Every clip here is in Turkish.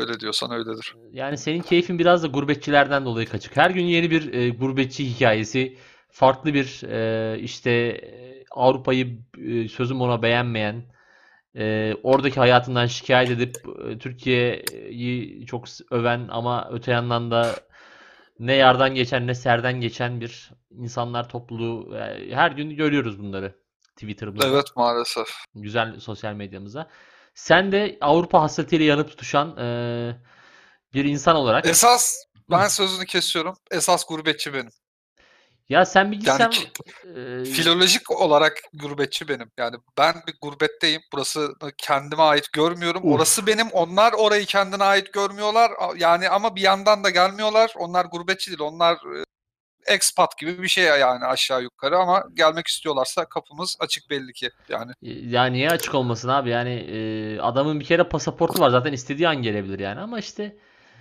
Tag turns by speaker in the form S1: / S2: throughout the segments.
S1: öyle diyorsan öyledir.
S2: Yani senin keyfin biraz da gurbetçilerden dolayı kaçık. Her gün yeni bir gurbetçi hikayesi, farklı bir işte Avrupa'yı sözüm ona beğenmeyen, oradaki hayatından şikayet edip Türkiye'yi çok öven ama öte yandan da ne yardan geçen ne serden geçen bir insanlar topluluğu. Her gün görüyoruz bunları Twitter'ımızda,
S1: Evet, maalesef.
S2: güzel sosyal medyamızda. Sen de Avrupa hasretiyle yanıp tutuşan bir insan olarak.
S1: Esas
S2: Hı.
S1: ben sözünü kesiyorum. Esas gurbetçi benim.
S2: Ya sen bir
S1: Yani
S2: gitsen
S1: filolojik olarak gurbetçi benim. Yani ben bir gurbetteyim. Burası kendime ait görmüyorum.
S2: uf.
S1: Orası benim. Onlar orayı kendine ait görmüyorlar. Yani ama bir yandan da gelmiyorlar. Onlar gurbetçi değil. Onlar expat gibi bir şey yani aşağı yukarı ama gelmek istiyorlarsa kapımız açık belli ki. Yani
S2: Ya niye açık olmasın abi? Yani adamın bir kere pasaportu var zaten istediği an gelebilir yani ama işte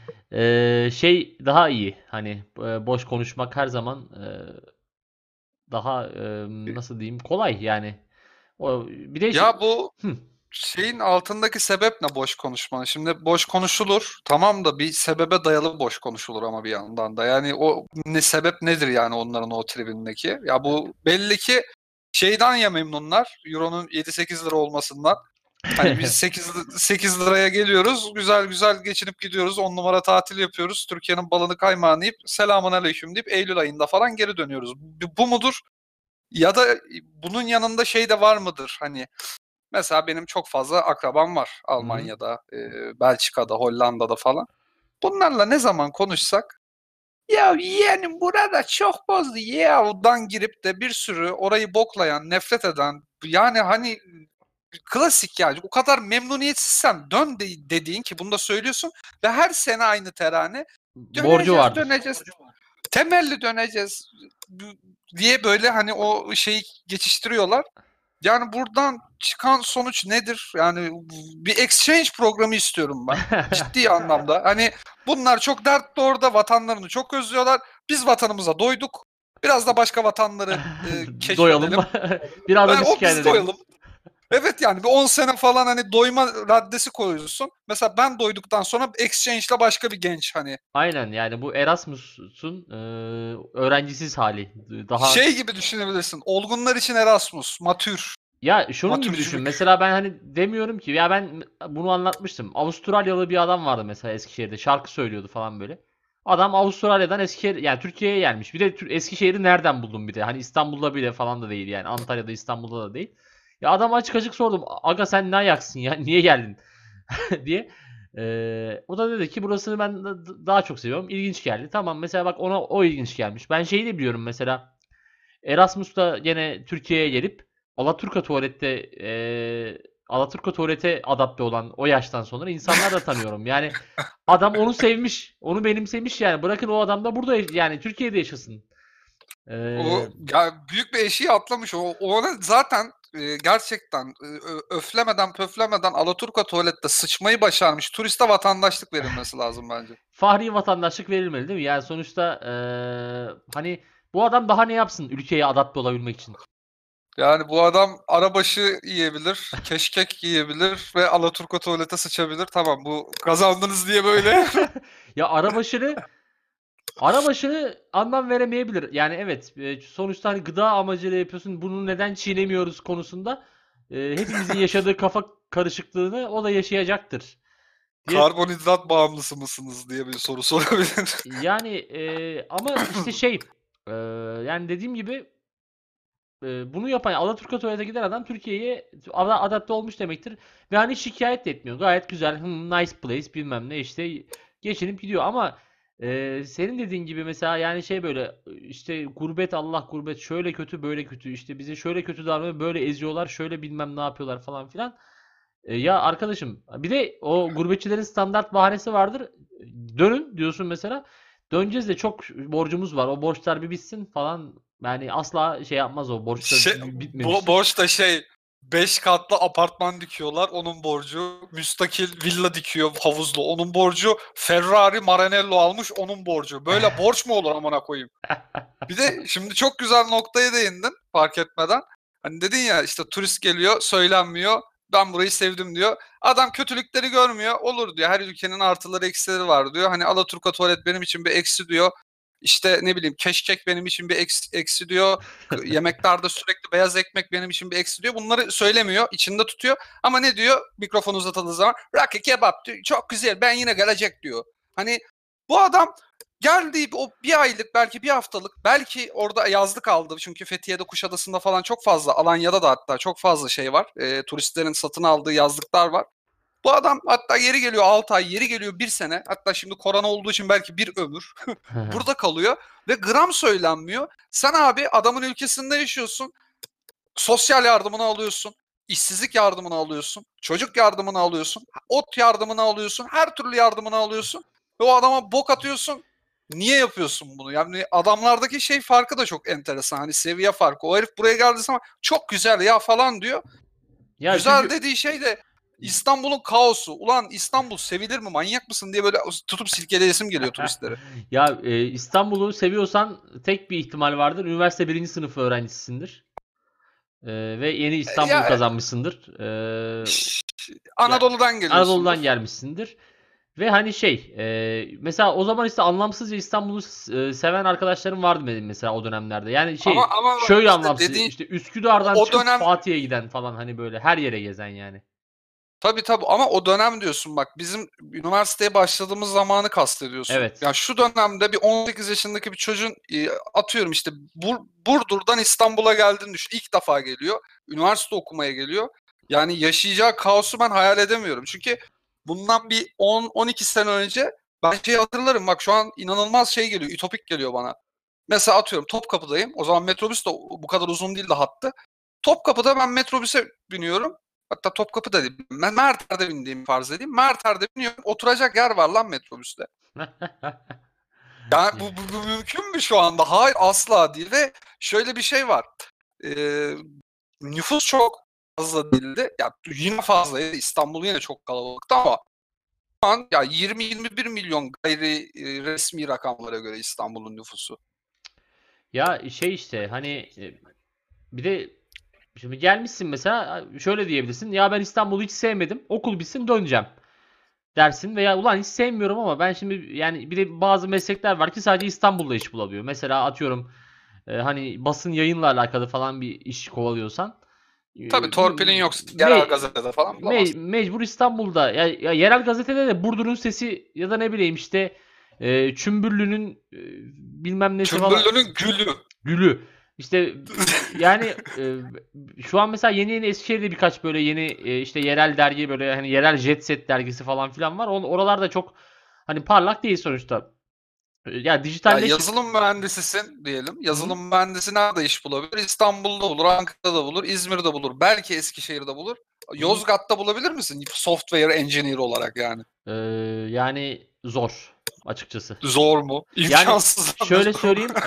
S2: şey daha iyi. Hani boş konuşmak her zaman daha nasıl diyeyim kolay yani. O bir de
S1: ya bu
S2: hı,
S1: şeyin altındaki sebep ne boş konuşmanın? Şimdi boş konuşulur. Tamam da bir sebebe dayalı boş konuşulur ama bir yandan da. Yani o ne sebep nedir yani onların o tribindeki? Ya bu belli ki şeyden ya memnunlar. Euro'nun 7-8 lira olmasından. Hani biz 8 liraya geliyoruz. Güzel güzel geçinip gidiyoruz. 10 numara tatil yapıyoruz. Türkiye'nin balını kaymağını yiyip selamun aleyküm deyip Eylül ayında falan geri dönüyoruz. Bu mudur? Ya da bunun yanında şey de var mıdır? Hani mesela benim çok fazla akrabam var
S2: hı hı.
S1: Almanya'da, Belçika'da, Hollanda'da falan. Bunlarla ne zaman konuşsak ya yeğenim burada çok bozdu yadan girip de bir sürü orayı boklayan, nefret eden yani hani klasik yani o kadar memnuniyetsizsen dön dediğin ki bunu da söylüyorsun ve her sene aynı terane
S2: Borcu
S1: döneceğiz
S2: vardır.
S1: döneceğiz temelli döneceğiz diye böyle hani o şeyi geçiştiriyorlar. Yani buradan çıkan sonuç nedir? Yani bir exchange programı istiyorum ben. Ciddi anlamda. Hani bunlar çok dertli orada vatanlarını çok özlüyorlar. Biz vatanımıza doyduk. Biraz da başka vatanları
S2: Doyalım.
S1: keşfedelim.
S2: Biraz da
S1: Yani
S2: biz
S1: o
S2: şikayet
S1: biz
S2: edelim.
S1: doyalım. Evet yani bir 10 sene falan hani doyma raddesi koyuyorsun. Mesela ben doyduktan sonra exchange'la başka bir genç hani
S2: Aynen yani bu Erasmus'un öğrencisiz hali. Daha
S1: şey gibi düşünebilirsin. Olgunlar için Erasmus, matür,
S2: ya şunun gibi düşün.
S1: matürcülük.
S2: Mesela ben hani demiyorum ki ya ben bunu anlatmıştım. Avustralyalı bir adam vardı mesela Eskişehir'de. Şarkı söylüyordu falan böyle. Adam Avustralya'dan Eskişehir yani Türkiye'ye gelmiş. Bir de Eskişehir'i nereden buldun bir de? Hani İstanbul'da bile falan da değil yani. Antalya'da İstanbul'da da değil. Ya adam açık açık sordum. Aga sen ne ayaksın ya? Niye geldin? diye. O da dedi ki burasını ben daha çok seviyorum. İlginç geldi. Tamam mesela bak ona o ilginç gelmiş. Ben şeyi de biliyorum mesela Erasmus'ta gene Türkiye'ye gelip Alaturka tuvalette Alaturka tuvalete adapte olan o yaştan sonra insanlar da tanıyorum. Yani adam onu sevmiş, onu benimsemiş yani. Bırakın o adam da burada yani Türkiye'de yaşasın.
S1: O
S2: Eee,
S1: ya büyük bir eşiği atlamış. Ona zaten gerçekten öflemeden pöflemeden Alaturka tuvalette sıçmayı başarmış. Turiste vatandaşlık verilmesi lazım bence.
S2: Fahri vatandaşlık verilmeli değil mi? Yani sonuçta hani bu adam daha ne yapsın ülkeye adapte olabilmek için?
S1: Yani bu adam arabaşı yiyebilir, keşkek yiyebilir ve Alaturka tuvalete sıçabilir. Tamam bu kazandınız diye böyle.
S2: Ya arabaşını anlam veremeyebilir. Yani evet sonuçta hani gıda amacıyla yapıyorsun. Bunu neden çiğnemiyoruz konusunda hepimizin yaşadığı kafa karışıklığını o da yaşayacaktır diye.
S1: Karbonhidrat bağımlısı mısınız diye bir soru sorabilir.
S2: Yani ama işte şey yani dediğim gibi bunu yapan Alaturka tuvalete giden adam Türkiye'ye adapte olmuş demektir. Ve hani şikayet de etmiyor. Gayet güzel, nice place bilmem ne işte geçinip gidiyor. Ama senin dediğin gibi mesela yani şey böyle işte gurbet Allah gurbet şöyle kötü böyle kötü işte bize şöyle kötü davranıyor böyle eziyorlar şöyle bilmem ne yapıyorlar falan filan. Ya arkadaşım bir de o gurbetçilerin standart bahanesi vardır. Dönün diyorsun mesela. Döneceğiz de çok borcumuz var. O borçlar bir bitsin falan. Yani asla şey yapmaz o borçlar
S1: Şey,
S2: bitmemiştir.
S1: borç da şey 5 katlı apartman dikiyorlar. Onun borcu. Müstakil villa dikiyor havuzlu. Onun borcu. Ferrari Maranello almış. Onun borcu. Böyle borç mu olur amına koyayım? Bir de şimdi çok güzel noktaya değindin fark etmeden. Hani dedin ya işte turist geliyor söylenmiyor. Ben burayı sevdim diyor. Adam kötülükleri görmüyor. Olur diyor. Her ülkenin artıları eksileri var diyor. Hani Alaturka tuvalet benim için bir eksi diyor. İşte ne bileyim keşkek benim için bir eksi diyor. Yemeklerde sürekli beyaz ekmek benim için bir eksi diyor. Bunları söylemiyor. İçinde tutuyor. Ama ne diyor? Mikrofon uzatıldığı zaman Rocky kebap diyor. Çok güzel ben yine gelecek diyor. Hani bu adam geldiği o bir aylık belki bir haftalık belki orada yazlık aldı. Çünkü Fethiye'de Kuşadası'nda falan çok fazla Alanya'da da hatta çok fazla şey var. Turistlerin satın aldığı yazlıklar var. Bu adam hatta yeri geliyor 6 ay, yeri geliyor 1 sene. Hatta şimdi korona olduğu için belki bir ömür burada kalıyor ve gram söylenmiyor. Sen abi adamın ülkesinde yaşıyorsun. Sosyal yardımını alıyorsun. İşsizlik yardımını alıyorsun. Çocuk yardımını alıyorsun. Ot yardımını alıyorsun. Her türlü yardımını alıyorsun. Ve o adama bok atıyorsun. Niye yapıyorsun bunu? Yani adamlardaki şey farkı da çok enteresan. Hani seviye farkı. O herif buraya geldiği zaman çok güzel ya falan diyor.
S2: Ya
S1: Güzel
S2: çünkü
S1: dediği şey de İstanbul'un kaosu. Ulan İstanbul sevilir mi? Manyak mısın diye böyle tutup silkeleyesim geliyor turistlere.
S2: ya İstanbul'u seviyorsan tek bir ihtimal vardır. Üniversite birinci sınıf öğrencisisindir. Ve yeni İstanbul'u
S1: Ya
S2: kazanmışsındır. Ya
S1: Anadolu'dan
S2: Anadolu'dan
S1: geliyorsundur.
S2: gelmişsindir. Ve hani mesela o zaman işte anlamsızca İstanbul'u seven arkadaşlarım vardı benim mesela o dönemlerde. Yani
S1: Ama bak
S2: şöyle
S1: işte
S2: anlamsız
S1: dediğin
S2: işte Üsküdar'dan
S1: o
S2: çıkıp
S1: dönem
S2: Fatih'e giden falan hani böyle her yere gezen yani.
S1: tabii ama o dönem diyorsun bak bizim üniversiteye başladığımız zamanı kastediyorsun.
S2: Evet.
S1: Ya şu dönemde bir 18 yaşındaki bir çocuğun atıyorum işte Burdur'dan İstanbul'a geldiğini düşün. İlk defa geliyor. Üniversite okumaya geliyor. Yani yaşayacağı kaosu ben hayal edemiyorum. Çünkü bundan bir 10-12 sene önce ben şeyi hatırlarım. Bak şu an inanılmaz şey geliyor. Ütopik geliyor bana. Mesela atıyorum Topkapı'dayım. O zaman metrobüs de bu kadar uzun değil de hattı. Topkapı'da ben metrobüse biniyorum. Hatta Topkapı'da değil. Ben Merter'de bindiğimi farz edeyim. Merter'de biniyorum. Oturacak yer var lan metrobüste. Yani bu mümkün mü şu anda? Hayır asla değil ve şöyle bir şey var. Ee, Nüfus çok fazla değildi. Ya yine fazlaydı. İstanbul yine çok kalabalıktı ama şu an ya 20-21 milyon gayri resmi rakamlara göre İstanbul'un nüfusu.
S2: Ya işte hani bir de şimdi gelmişsin mesela şöyle diyebilirsin. Ya ben İstanbul'u hiç sevmedim. Okul bitsin döneceğim dersin veya ulan hiç sevmiyorum ama ben şimdi yani bir de bazı meslekler var ki sadece İstanbul'da iş bulabiliyor. Mesela atıyorum hani basın yayınla alakalı falan bir iş kovalıyorsan
S1: Tabii torpilin yoksa yerel gazetede falan bulamazsın.
S2: mecbur İstanbul'da ya yerel gazetede de Burdur'un Sesi ya da ne bileyim işte Çümbürlü'nün bilmem nesi falan
S1: Çımbırlı'nın gülü.
S2: Gülü. İşte yani şu an mesela yeni Eskişehir'de birkaç böyle yeni işte yerel dergi böyle hani yerel Jet Set dergisi falan filan var. Oralar da çok hani parlak değil sonuçta. Ya
S1: Ya
S2: dijitalleş.
S1: yazılım mühendisisin diyelim.
S2: Hı hı.
S1: Yazılım mühendisi nerede iş bulabilir? İstanbul'da bulur, Ankara'da bulur, İzmir'de bulur, belki Eskişehir'de bulur.
S2: Hı hı.
S1: Yozgat'ta bulabilir misin? Software engineer olarak yani.
S2: Ee, yani zor açıkçası.
S1: Zor mu?
S2: Yani
S1: İmkansız hem de
S2: şöyle
S1: zor mu?
S2: söyleyeyim,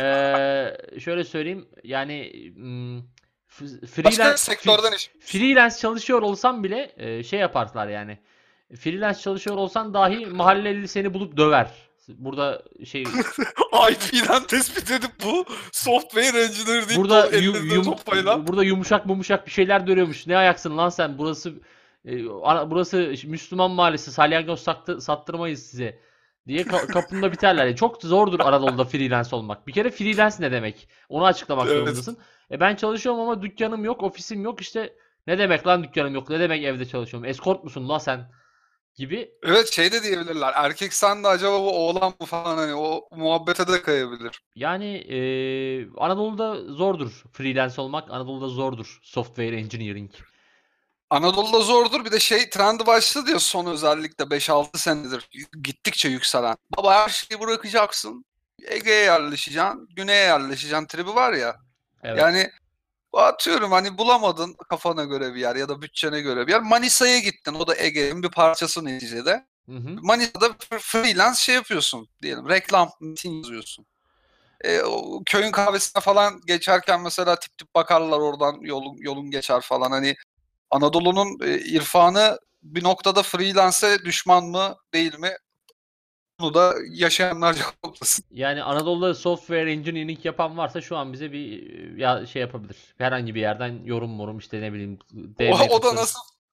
S2: yani
S1: Başka sektörden iş bulursun.
S2: freelance çalışıyor olsam bile şey yaparlar yani. Freelance çalışıyor olsan dahi mahalleli seni bulup döver. Burada
S1: IP'den tespit edip bu software engineer deyip
S2: burada
S1: elinde sopayla.
S2: burada yumuşak bir şeyler dönüyormuş. Ne ayaksın lan sen? Burası Müslüman mahallesi. Salyangoz sattırmayız size diye kapında biterler. Yani çok zordur Anadolu'da freelance olmak. Bir kere freelance ne demek? Onu açıklamak
S1: Evet.
S2: zorundasın. Ben çalışıyorum ama dükkanım yok, ofisim yok. İşte ne demek lan dükkanım yok? Ne demek evde çalışıyorum? Eskort musun lan sen? Gibi.
S1: Evet şey de diyebilirler. Erkek sen de acaba bu oğlan mı falan hani o muhabbete de kayabilir.
S2: Yani Anadolu'da zordur freelance olmak. Anadolu'da zordur software engineering.
S1: Anadolu'da zordur. Bir de şey trendi başladı diyor son özellikle 5-6 senedir gittikçe yükselen. Baba her şeyi bırakacaksın. Ege'ye yerleşeceksin. Güney'e yerleşeceksin tribi var ya.
S2: Evet.
S1: Yani atıyorum hani bulamadın kafana göre bir yer ya da bütçene göre bir yer. Manisa'ya gittin. O da Ege'nin bir parçası neticede.
S2: Hı hı.
S1: Manisa'da freelance şey yapıyorsun diyelim. Reklam metin yazıyorsun. O köyün kahvesine falan geçerken mesela tip tip bakarlar oradan yolun geçer falan. Hani Anadolu'nun irfanı bir noktada freelance'e düşman mı değil mi? Bunu da yaşayanlar cevaplasın.
S2: Yani Anadolu'da software engineering yapan varsa şu an bize bir ya şey yapabilir. Herhangi bir yerden yorum işte ne bileyim
S1: O,
S2: DM
S1: o da
S2: tutsun.
S1: nasıl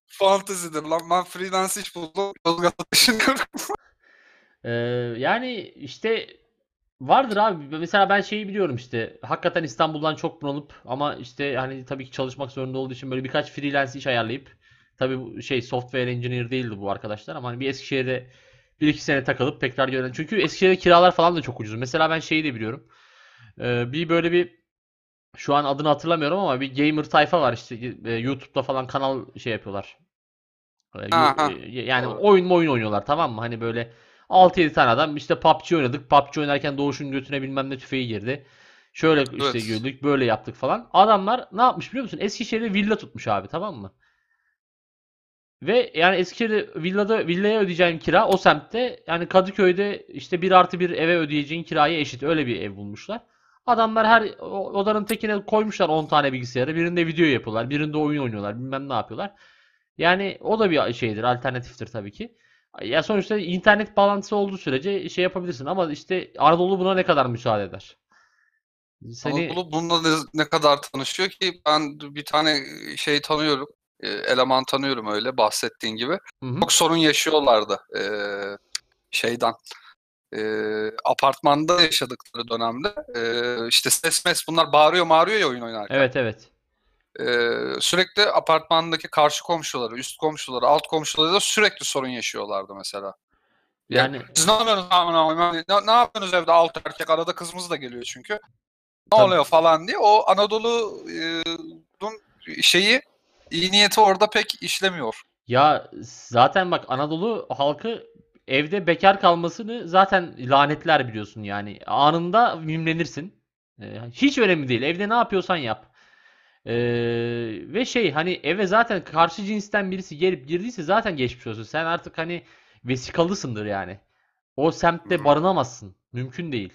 S1: Fantezidir lan. Ben freelance iş buldum. Yozgat'a taşınıyorum.
S2: Ee, Yani işte vardır abi. Mesela ben şeyi biliyorum işte. Hakikaten İstanbul'dan çok bunalıp ama işte hani tabii ki çalışmak zorunda olduğu için böyle birkaç freelance iş ayarlayıp, tabii bu şey software engineer değildi bu arkadaşlar ama hani bir Eskişehir'de bir iki sene takılıp tekrar yönelen. Çünkü Eskişehir'de kiralar falan da çok ucuz. Mesela ben şeyi de biliyorum. Bir böyle bir, şu an adını hatırlamıyorum ama bir gamer tayfa var işte, YouTube'da falan kanal şey yapıyorlar.
S1: Ha ha.
S2: Yani
S1: Doğru.
S2: oyun oynuyorlar, tamam mı? Hani böyle 6-7 tane adam işte PUBG oynadık. PUBG oynarken Doğuş'un götüne bilmem ne tüfeği girdi. Şöyle işte
S1: Evet.
S2: güldük, böyle yaptık falan. Adamlar ne yapmış biliyor musun? Eskişehir'de villa tutmuş abi, tamam mı? Ve yani Eskişehir'de villaya ödeyeceğin kira o semtte, yani Kadıköy'de işte bir artı bir eve ödeyeceğin kiraya eşit, öyle bir ev bulmuşlar. Adamlar her odanın tekine koymuşlar 10 tane bilgisayarı. Birinde video yapıyorlar, birinde oyun oynuyorlar, bilmem ne yapıyorlar. Yani o da bir şeydir, alternatiftir tabii ki. Ya sonuçta internet bağlantısı olduğu sürece şey yapabilirsin ama işte Anadolu buna ne kadar müsaade eder? Seni.
S1: Anadolu bununla ne kadar tanışıyor ki ben bir tane şey tanıyorum. Eleman tanıyorum öyle bahsettiğin gibi.
S2: Hı hı.
S1: Çok sorun yaşıyorlardı şeyden. Apartmanda yaşadıkları dönemde işte ses mes bunlar bağırıyor ya oyun oynarken.
S2: Evet, evet.
S1: Sürekli apartmandaki karşı komşuları, üst komşuları, alt komşuları da sürekli sorun yaşıyorlardı mesela. Ya,
S2: Yani
S1: siz ne yapıyorsunuz? Ne yapıyorsunuz evde alt erkek? Arada kızımız da geliyor çünkü. Ne
S2: tabii.
S1: oluyor falan diye. O Anadolu'nun şeyi, iyi niyeti orada pek işlemiyor.
S2: Ya zaten bak, Anadolu halkı evde bekar kalmasını zaten lanetler, biliyorsun yani. Anında mimlenirsin. Hiç önemli değil. Evde ne yapıyorsan yap. Ee, Ve şey, hani eve zaten karşı cinsten birisi gelip girdiyse zaten geçmiş olsun. Sen artık hani vesikalısındır yani. O
S1: Hı
S2: semtte
S1: hı.
S2: barınamazsın. Mümkün değil.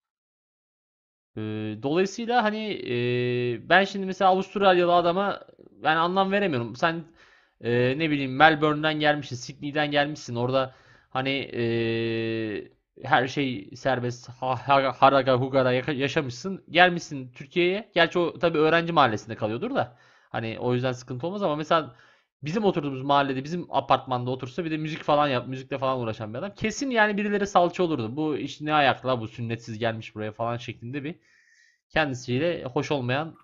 S2: Dolayısıyla hani ben şimdi mesela Avustralyalı adama ben anlam veremiyorum. Sen ne bileyim Melbourne'den gelmişsin, Sydney'den gelmişsin. Orada hani her şey serbest, haraga hugara yaşamışsın. Gelmişsin Türkiye'ye. Gerçi o tabii öğrenci mahallesinde kalıyordur da. Hani o yüzden sıkıntı olmaz ama mesela bizim oturduğumuz mahallede, bizim apartmanda otursa bir de müzik falan müzikle falan uğraşan bir adam. Kesin yani birileri salça olurdu. Bu iş ne ayakla, bu sünnetsiz gelmiş buraya falan şeklinde bir, kendisiyle hoş olmayan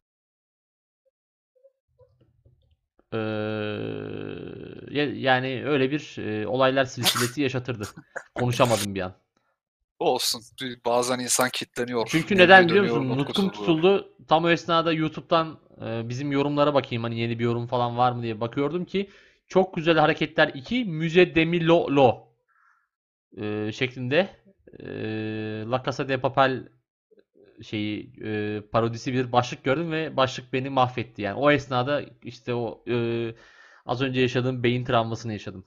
S2: yani öyle bir olaylar silsilesi yaşatırdı. Konuşamadım bir an.
S1: Olsun. Bazen insan kitleniyor.
S2: Çünkü neden
S1: Mevzu
S2: biliyor
S1: dönüyor,
S2: musun? Nutkum
S1: nutkusuzluğu.
S2: tutuldu. Tam o esnada YouTube'dan bizim yorumlara bakayım, hani yeni bir yorum falan var mı diye bakıyordum ki çok güzel hareketler 2 Müze Demi Lo şeklinde La Casa de Papel şeyi parodisi bir başlık gördüm ve başlık beni mahvetti. Yani o esnada işte o az önce yaşadığım beyin travmasını yaşadım.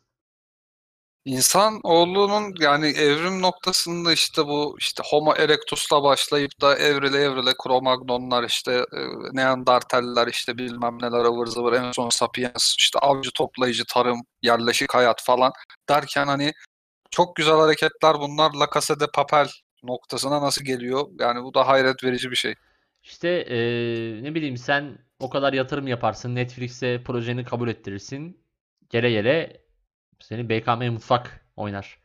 S1: İnsan oğlunun yani evrim noktasında işte bu işte Homo erectus'la başlayıp da evrile Cro-Magnonlar işte Neandertaller işte bilmem neler ıvır zıvır en son Sapiens işte avcı toplayıcı tarım yerleşik hayat falan derken hani çok güzel hareketler bunlar La Casa de Papel noktasına nasıl geliyor? Yani bu da hayret verici bir şey.
S2: İşte ne bileyim, sen o kadar yatırım yaparsın, Netflix'e projeni kabul ettirirsin. Gele gele seni BKM Mutfak oynar.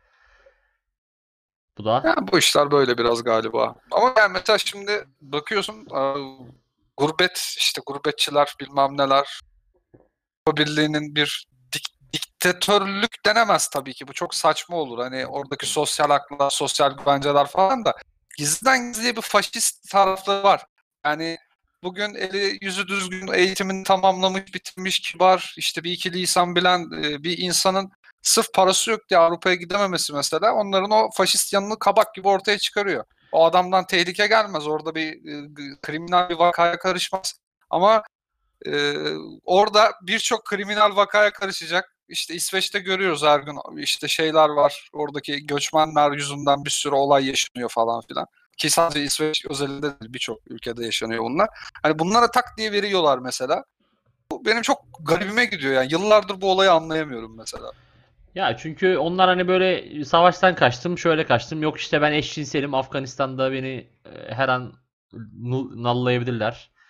S2: Bu da
S1: Yani bu işler böyle biraz galiba. Ama yani mesela şimdi bakıyorsun gurbet işte gurbetçiler bilmem neler Birliği'nin bir diktatörlük denemez tabii ki. Bu çok saçma olur. Hani oradaki sosyal haklar, sosyal güvenceler falan da gizliden gizliye bir faşist tarafları var. Yani bugün eli yüzü düzgün eğitimini tamamlamış, bitirmiş, kibar, işte bir iki lisan bilen bir insanın sırf parası yok diye Avrupa'ya gidememesi mesela onların o faşist yanını kabak gibi ortaya çıkarıyor. O adamdan tehlike gelmez. Orada bir kriminal bir vakaya karışmaz. Ama ee, orada birçok kriminal vakaya karışacak. İşte İsveç'te görüyoruz her gün işte şeyler var. Oradaki göçmenler yüzünden bir sürü olay yaşanıyor falan filan. Ki sadece İsveç özelinde değil birçok ülkede yaşanıyor bunlar. Hani bunlara tak diye veriyorlar mesela. Bu benim çok garibime gidiyor yani. Yıllardır bu olayı anlayamıyorum mesela.
S2: ya, çünkü onlar hani böyle savaştan kaçtım, şöyle kaçtım. Yok işte ben eşcinselim, Afganistan'da beni her an nallayabilirler.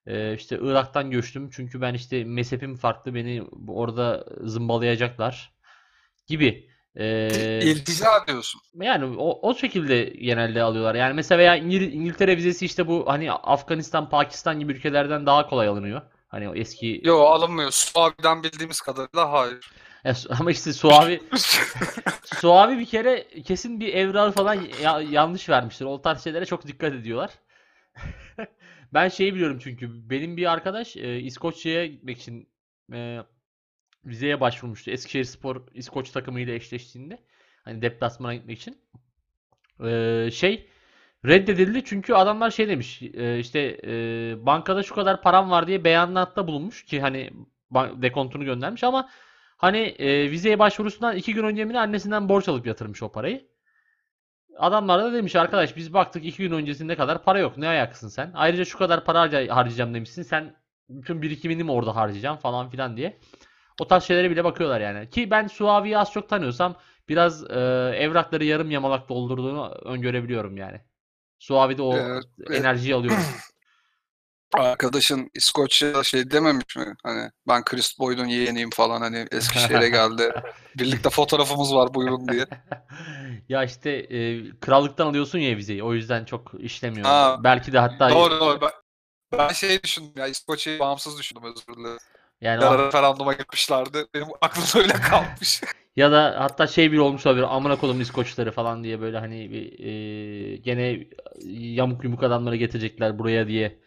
S2: İşte Irak'tan göçtüm çünkü ben işte mezhebim farklı, beni orada zımbalayacaklar gibi. Ee,
S1: İltica diyorsun.
S2: Yani o şekilde genelde alıyorlar. Yani mesela veya İngiltere vizesi işte bu hani Afganistan, Pakistan gibi ülkelerden daha kolay alınıyor. Hani o eski
S1: Yo, alınmıyor. Suavi'den bildiğimiz kadarıyla hayır.
S2: ama işte Suavi bir kere kesin bir evrağı falan yanlış vermiştir. O tarz şeylere çok dikkat ediyorlar. Ben şeyi biliyorum çünkü benim bir arkadaş İskoçya'ya gitmek için e, vizeye başvurmuştu. Eskişehirspor İskoç takımıyla eşleştiğinde hani deplasmana gitmek için. Şey reddedildi çünkü adamlar şey demiş işte bankada şu kadar param var diye beyannatta bulunmuş ki hani dekontunu göndermiş ama hani vizeye başvurusundan 2 gün önce mi ne annesinden borç alıp yatırmış o parayı. Adamlar da demiş arkadaş biz baktık 2 gün öncesinde kadar para yok, ne ayaksın sen. Ayrıca şu kadar para harcayacağım demişsin, sen bütün birikimini mi orada harcayacaksın falan filan diye. O tarz şeylere bile bakıyorlar yani. Ki ben Suavi'yi az çok tanıyorsam biraz evrakları yarım yamalak doldurduğunu öngörebiliyorum yani. Suavi'de o
S1: Ee, e,
S2: enerjiyi alıyorum.
S1: Arkadaşın İskoçya şey dememiş mi? Hani ben Chris Boyd'un yeğeniyim falan, hani Eskişehir'e geldi. Birlikte fotoğrafımız var, buyurun diye.
S2: Ya işte krallıktan alıyorsun ya vizeyi. O yüzden çok işlemiyor.
S1: Ha,
S2: Belki de hatta
S1: doğru doğru. Ben şey düşündüm ya, İskoçya'yı bağımsız düşündüm, özür dilerim.
S2: yani
S1: Bir ara referanduma gitmişlerdi. Benim aklımda öyle kalmış.
S2: ya da hatta şey bir olmuş olabilir. Amına koydum İskoçları falan diye böyle hani bir, gene yamuk yumuk adamları getirecekler buraya diye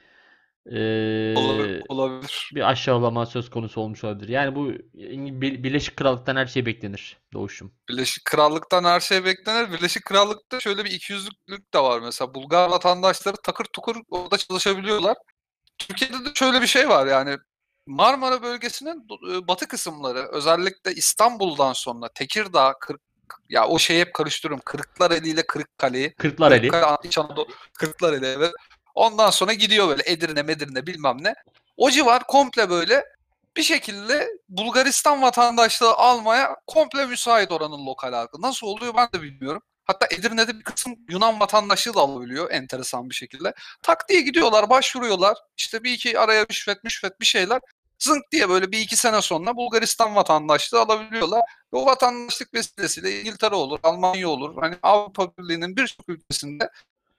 S1: Olabilir.
S2: bir aşağılama söz konusu olmuş olabilir. Yani bu Birleşik Krallık'tan her şey beklenir Doğuş'um.
S1: Birleşik Krallık'tan her şey beklenir. Birleşik Krallık'ta şöyle bir ikiyüzlülük de var mesela. Bulgar vatandaşları takır tukur orada çalışabiliyorlar. Türkiye'de de şöyle bir şey var yani. Marmara bölgesinin batı kısımları, özellikle İstanbul'dan sonra Tekirdağ, ya o şeyi hep karıştırıyorum. Kırklareli ile Kırıkkale'yi.
S2: Kırklareli.
S1: Kırıkkale, İç Anadolu, Kırklareli, evet. Ondan sonra gidiyor böyle Edirne, Medirne bilmem ne. O civar komple böyle bir şekilde Bulgaristan vatandaşlığı almaya komple müsait oranın lokal halkı. Nasıl oluyor ben de bilmiyorum. Hatta Edirne'de bir kısım Yunan vatandaşlığı da alabiliyor enteresan bir şekilde. Tak diye gidiyorlar, başvuruyorlar. İşte bir iki araya müşvet bir şeyler. Zınk diye böyle bir iki sene sonra Bulgaristan vatandaşlığı alabiliyorlar. Ve o vatandaşlık vesilesiyle İngiltere olur, Almanya olur. Hani Avrupa Birliği'nin birçok ülkesinde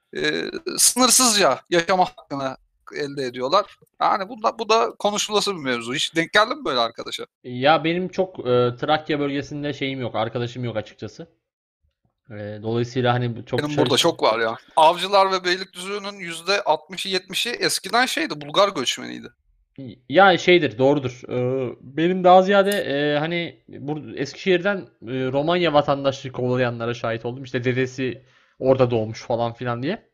S1: sınırsızca yaşama hakkını elde ediyorlar. Yani bu da konuşulası bir mevzu. Hiç denk geldin mi böyle arkadaşa?
S2: Ya benim çok Trakya bölgesinde şeyim yok, arkadaşım yok açıkçası. Dolayısıyla hani çok
S1: Benim burada
S2: çalıştı.
S1: çok var ya. Avcılar ve Beylikdüzü'nün %60'ı 70'i eskiden şeydi, Bulgar göçmeniydi.
S2: Ya şeydir, doğrudur. Benim daha ziyade hani Eskişehir'den Romanya vatandaşlığı kovalayanlara şahit oldum. İşte dedesi orada doğmuş falan filan diye.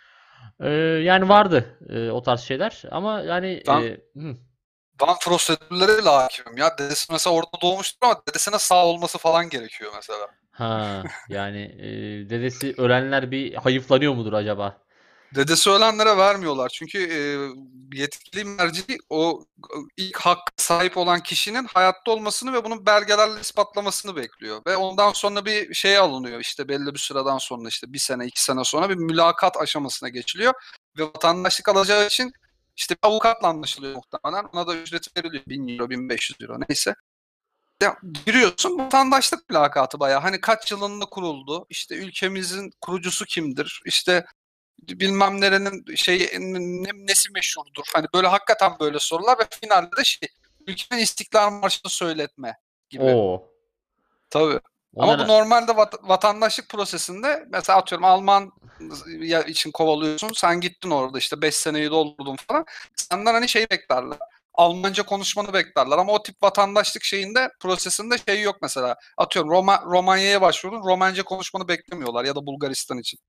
S2: Yani vardı o tarz şeyler. Ama yani
S1: Ben ben prosedürleriyle hakimim ya. Dedesi mesela orada doğmuştur ama dedesine sağ olması falan gerekiyor mesela.
S2: yani dedesi ölenler bir hayıflanıyor mudur acaba?
S1: Dedesi ölenlere vermiyorlar. Çünkü yetkili merci o ilk hakka sahip olan kişinin hayatta olmasını ve bunun belgelerle ispatlamasını bekliyor. Ve ondan sonra bir şey alınıyor. İşte belli bir süreden sonra, işte bir sene iki sene sonra bir mülakat aşamasına geçiliyor. Ve vatandaşlık alacağı için işte bir avukatla anlaşılıyor muhtemelen. Ona da ücret veriliyor. 1.000 euro, 1.500 euro neyse. Ya, giriyorsun, vatandaşlık mülakatı bayağı. Hani kaç yılında kuruldu? İşte ülkemizin kurucusu kimdir? İşte bilmem nerenin nesi meşhurdur. Hani böyle hakikaten böyle sorular ve finalde de ülkenin İstiklal Marşı'nı söyletme gibi.
S2: Oo.
S1: Tabii. Ama bu
S2: Onlar
S1: normalde vatandaşlık prosesinde mesela atıyorum Alman için kovalıyorsun. Sen gittin orada işte 5 seneyi doldurdun falan. Senden hani şey beklerler. Almanca konuşmanı beklerler ama o tip vatandaşlık şeyinde prosesinde şey yok mesela. Atıyorum Romanya'ya başvurdun. Romanca konuşmanı beklemiyorlar ya da Bulgaristan için.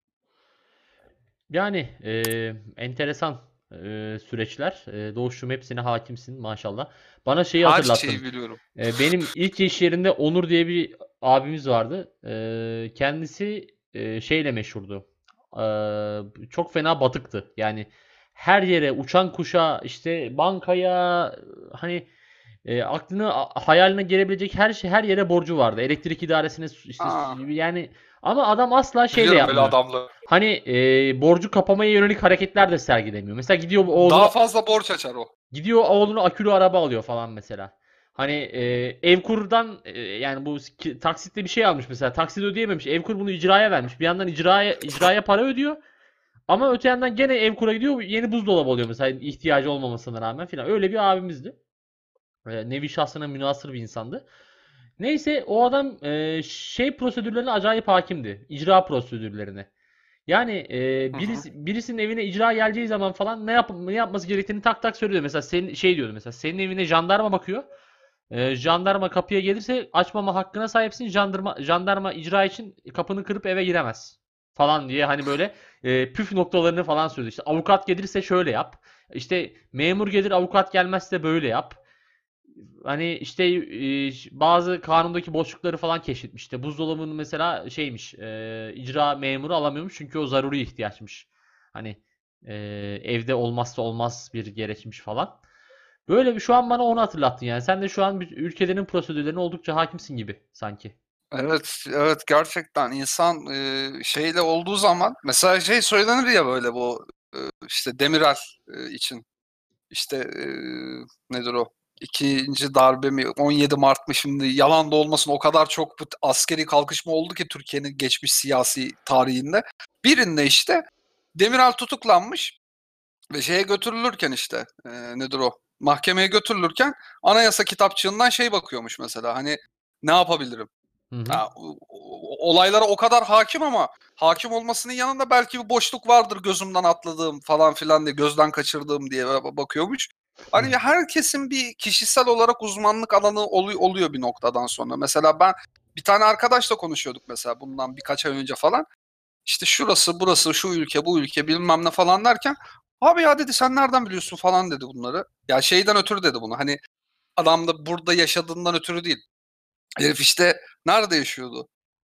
S2: yani enteresan süreçler. Doğuşum hepsine hakimsin maşallah. Bana şeyi
S1: Her şeyi
S2: hatırlattın.
S1: biliyorum.
S2: Benim ilk iş yerinde Onur diye bir abimiz vardı. Kendisi şeyle meşhurdu. Çok fena batıktı. Yani her yere uçan kuşa işte bankaya hani Aklına hayaline gelebilecek her şey, her yere borcu vardı. Elektrik idaresine işte
S1: Ha,
S2: yani, ama adam asla şey de
S1: biliyorum öyle
S2: yapmıyor.
S1: adamları.
S2: Hani borcu kapamaya yönelik hareketler de sergilemiyor. Mesela gidiyor
S1: Daha
S2: oğluna
S1: fazla borç açar o.
S2: akülü araba alıyor falan mesela. Hani Evkur'dan yani bu taksitle bir şey almış mesela. Taksit ödeyememiş. Evkur bunu icraya vermiş. Bir yandan icraya para ödüyor. Ama öte yandan gene Evkur'a gidiyor. Yeni buzdolabı alıyor mesela, ihtiyacı olmamasına rağmen filan. Öyle bir abimizdi. Nevi şahsına münhasır bir insandı. Neyse, o adam şey prosedürlerine acayip hakimdi. İcra prosedürlerine. Yani
S1: Hı hı.
S2: birisinin evine icra geleceği zaman falan ne yapması gerektiğini tak tak söylüyor. Mesela şey diyordu, mesela senin evine jandarma bakıyor. Jandarma kapıya gelirse açmama hakkına sahipsin. Jandarma icra için kapını kırıp eve giremez falan diye, hani böyle püf noktalarını falan söylüyor. İşte avukat gelirse şöyle yap. İşte memur gelir, avukat gelmezse böyle yap. Hani işte bazı kanundaki boşlukları falan keşfetmiş. İşte buzdolabının mesela şeymiş, icra memuru alamıyormuş çünkü o zaruri ihtiyaçmış. Hani e, evde olmazsa olmaz bir gereçmiş falan. Böyle bir, şu an bana onu hatırlattın yani. Sen de şu an ülkelerin prosedürlerine oldukça hakimsin gibi sanki.
S1: Evet, evet, gerçekten insan şeyle olduğu zaman mesela şey söylenir ya böyle bu işte Demirel için işte nedir o? İkinci darbe mi 17 Mart mı, şimdi yalan da olmasın, o kadar çok bu askeri kalkışma oldu ki Türkiye'nin geçmiş siyasi tarihinde. Birinde işte Demirel tutuklanmış ve şeye götürülürken işte nedir o? Mahkemeye götürülürken anayasa kitapçığından şey bakıyormuş mesela, hani ne yapabilirim?
S2: Hı hı.
S1: Ha, olaylara o kadar hakim ama hakim olmasının yanında belki bir boşluk vardır gözümden atladığım falan filan diye, gözden kaçırdığım diye bakıyormuş. Hani herkesin bir kişisel olarak uzmanlık alanı oluyor bir noktadan sonra. Mesela ben bir tane arkadaşla konuşuyorduk mesela bundan birkaç ay önce falan. İşte şurası burası şu ülke bu ülke bilmem ne falan derken, abi ya dedi sen nereden biliyorsun falan dedi bunları. Ya şeyden ötürü dedi bunu, hani adam da burada yaşadığından ötürü değil. Herif işte nerede yaşıyordu?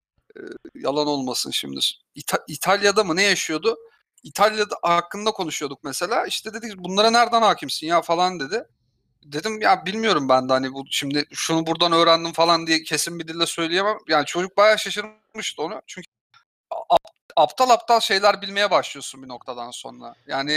S1: Yalan olmasın şimdi. İtalya'da mı ne yaşıyordu? İtalya'da hakkında konuşuyorduk mesela. İşte dedik bunlara nereden hakimsin ya falan dedi. Dedim ya bilmiyorum ben de, hani bu şimdi şunu buradan öğrendim falan diye kesin bir dille söyleyemem. Yani çocuk bayağı şaşırmıştı onu. Çünkü aptal aptal şeyler bilmeye başlıyorsun bir noktadan sonra. Yani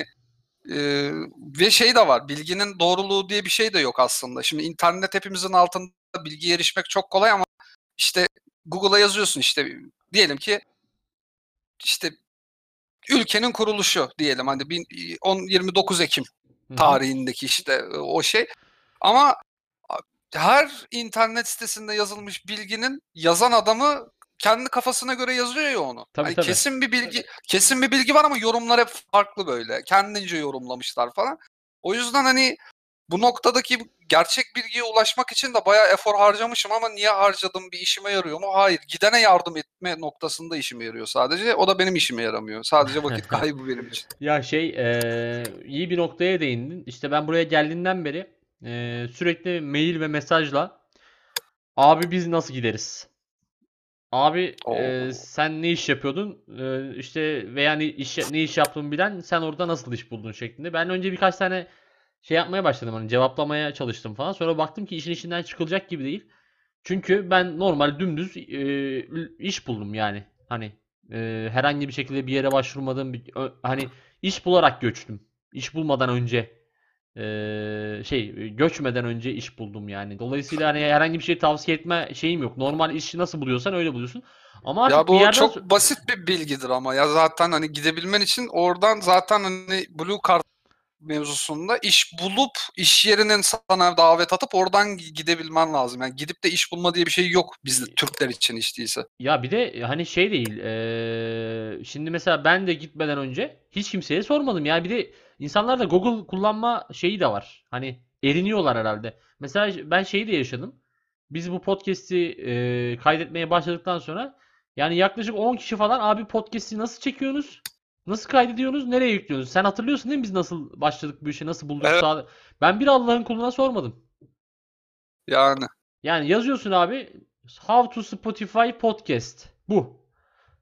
S1: ve şey de var. Bilginin doğruluğu diye bir şey de yok aslında. Şimdi internet hepimizin altında, bilgiye erişmek çok kolay ama işte Google'a yazıyorsun işte, diyelim ki işte ülkenin kuruluşu diyelim, hani 29 Ekim
S2: Hı hı.
S1: tarihindeki işte o şey. Ama her internet sitesinde yazılmış bilginin yazan adamı kendi kafasına göre yazıyor ya onu.
S2: Tabii
S1: Hani
S2: tabii.
S1: kesin bir bilgi var ama yorumlar hep farklı böyle. Kendince yorumlamışlar falan. O yüzden hani bu noktadaki gerçek bilgiye ulaşmak için de bayağı efor harcamışım ama niye harcadım, bir işime yarıyor mu? Hayır. Gidene yardım etme noktasında işime yarıyor sadece. O da benim işime yaramıyor. Sadece vakit kaybı benim için.
S2: Ya şey, iyi bir noktaya değindin. İşte ben buraya geldiğinden beri sürekli mail ve mesajla abi biz nasıl gideriz? Abi
S1: Oo.
S2: sen ne iş yapıyordun? İşte veya ne iş yaptığını bilen, sen orada nasıl iş buldun şeklinde. Ben önce birkaç tane şey yapmaya başladım, hani cevaplamaya çalıştım falan. Sonra baktım ki işin içinden çıkılacak gibi değil. Çünkü ben normal dümdüz iş buldum yani. Hani herhangi bir şekilde bir yere başvurmadım. Hani iş bularak göçtüm. İş bulmadan önce göçmeden önce iş buldum yani. Dolayısıyla hani herhangi bir şey tavsiye etme şeyim yok. Normal işi nasıl buluyorsan öyle buluyorsun. Ama
S1: Ya
S2: artık bir
S1: bu
S2: yerden
S1: çok
S2: sonra
S1: basit bir bilgidir ama ya zaten hani gidebilmen için oradan zaten hani Blue Card mevzusunda iş bulup iş yerinin sana davet atıp oradan gidebilmen lazım. Yani gidip de iş bulma diye bir şey yok bizde Türkler için hiç değilse.
S2: ya bir de hani şey değil. Şimdi mesela ben de gitmeden önce hiç kimseye sormadım. Yani bir de insanlarda Google kullanma şeyi de var. Hani eriniyorlar herhalde. Mesela ben şeyi de yaşadım. Biz bu podcast'i kaydetmeye başladıktan sonra yani yaklaşık 10 kişi falan, abi podcast'i nasıl çekiyorsunuz? Nasıl kaydediyorsunuz? Nereye yüklüyorsunuz? Sen hatırlıyorsun değil mi biz nasıl başladık bu işe? Nasıl bulduk?
S1: Evet,
S2: Ben bir Allah'ın kuluna sormadım.
S1: yani
S2: Yani yazıyorsun abi, How to Spotify Podcast. Bu.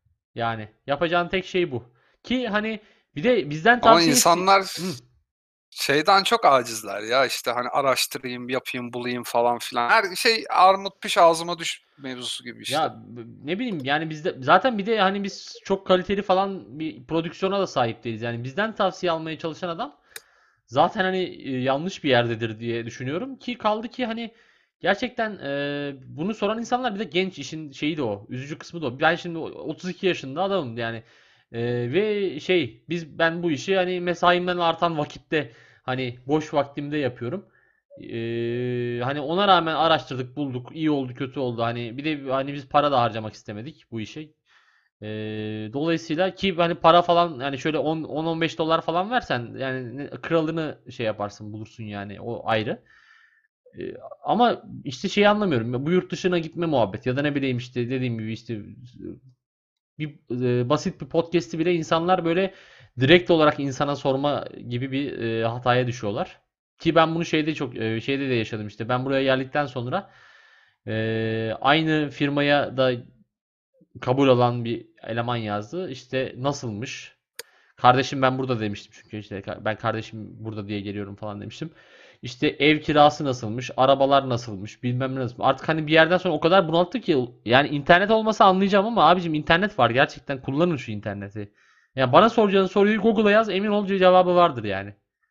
S2: Yani yapacağın tek şey bu. Ki hani bir de bizden
S1: ama
S2: tavsiye iste...
S1: insanlar
S2: Hı.
S1: Şeyden çok acizler ya, işte hani araştırayım, yapayım, bulayım falan filan. Her şey armut piş ağzıma düş mevzusu gibi işte.
S2: Ya ne bileyim yani bizde zaten bir de hani biz çok kaliteli falan bir prodüksiyona da sahip değiliz. Yani bizden tavsiye almaya çalışan adam zaten hani yanlış bir yerdedir diye düşünüyorum ki kaldı ki hani gerçekten bunu soran insanlar bir de genç, işin şeyi de o. Üzücü kısmı da o. Ben şimdi 32 yaşında adamım yani. Ve ben bu işi hani mesaimden artan vakitte hani boş vaktimde yapıyorum. Hani ona rağmen araştırdık, bulduk, iyi oldu, kötü oldu. Hani bir de hani biz para da harcamak istemedik bu işe. Dolayısıyla ki hani para falan yani şöyle 10-15 dolar falan versen yani kralını şey yaparsın, bulursun yani, o ayrı. Ee, Ama işte şeyi anlamıyorum. Bu yurt dışına gitme muhabbet ya da ne bileyim işte dediğim gibi işte basit bir podcast'i bile insanlar böyle direkt olarak insana sorma gibi bir hataya düşüyorlar. Ki ben bunu şeyde de yaşadım işte. Ben buraya geldikten sonra aynı firmaya da kabul alan bir eleman yazdı. İşte nasılmış? Kardeşim ben burada demiştim çünkü işte ben kardeşim burada diye geliyorum falan demiştim. İşte ev kirası nasılmış, arabalar nasılmış, bilmem ne nasıl. Artık hani bir yerden sonra o kadar bunalttı ki yani internet olmasa anlayacağım ama abicim internet var, gerçekten kullanın şu interneti. Ya bana soracağın soruyu Google'a yaz, emin ol cevabı vardır yani.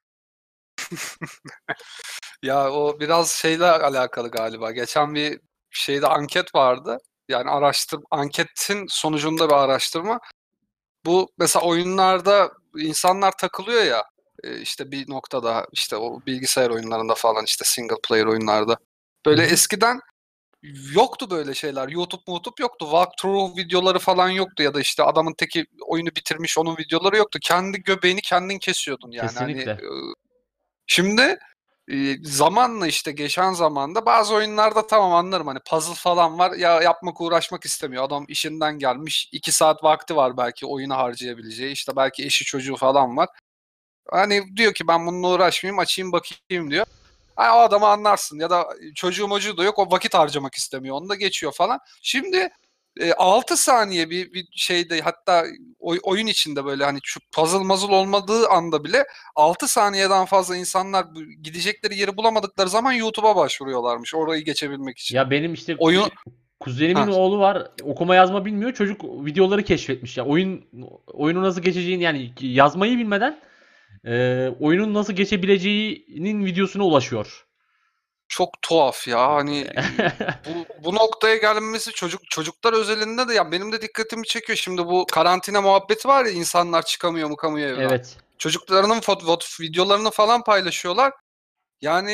S1: Ya o biraz şeyle alakalı galiba. Geçen bir şeyde anket vardı. Yani anketin sonucunda bir araştırma. Bu mesela oyunlarda insanlar takılıyor ya, işte bir noktada, işte o bilgisayar oyunlarında falan, işte single player oyunlarda.
S2: Hı
S1: Böyle
S2: hı.
S1: eskiden yoktu böyle şeyler. YouTube yoktu. Walkthrough videoları falan yoktu ya da işte adamın teki oyunu bitirmiş onun videoları yoktu. Kendi göbeğini kendin kesiyordun yani. Hani
S2: Kesinlikle.
S1: şimdi zamanla, işte geçen zamanda bazı oyunlarda tamam anlarım, hani puzzle falan var ya, yapmak uğraşmak istemiyor. Adam işinden gelmiş, 2 saat vakti var belki oyunu harcayabileceği, işte belki eşi çocuğu falan var. Hani diyor ki ben bununla uğraşmayayım, açayım bakayım diyor. Ha, o adamı anlarsın ya da çocuğu mocuğu da yok, o vakit harcamak istemiyor, onu da geçiyor falan. Şimdi 6 saniye bir şeyde, hatta oyun içinde böyle hani şu puzzle mazıl olmadığı anda bile 6 saniyeden fazla insanlar gidecekleri yeri bulamadıkları zaman YouTube'a başvuruyorlarmış orayı geçebilmek için.
S2: Ya benim işte
S1: Oyun
S2: kuzenimin
S1: ha
S2: oğlu var. Okuma yazma bilmiyor. Çocuk videoları keşfetmiş ya. Oyunu nasıl geçeceğini yani yazmayı bilmeden oyunun nasıl geçebileceğinin videosuna ulaşıyor.
S1: Çok tuhaf ya, hani bu noktaya gelmesi çocuklar özelinde de, ya benim de dikkatimi çekiyor. Şimdi bu karantina muhabbeti var ya, insanlar çıkamıyor evden.
S2: Evet.
S1: Çocuklarının videolarını falan paylaşıyorlar. Yani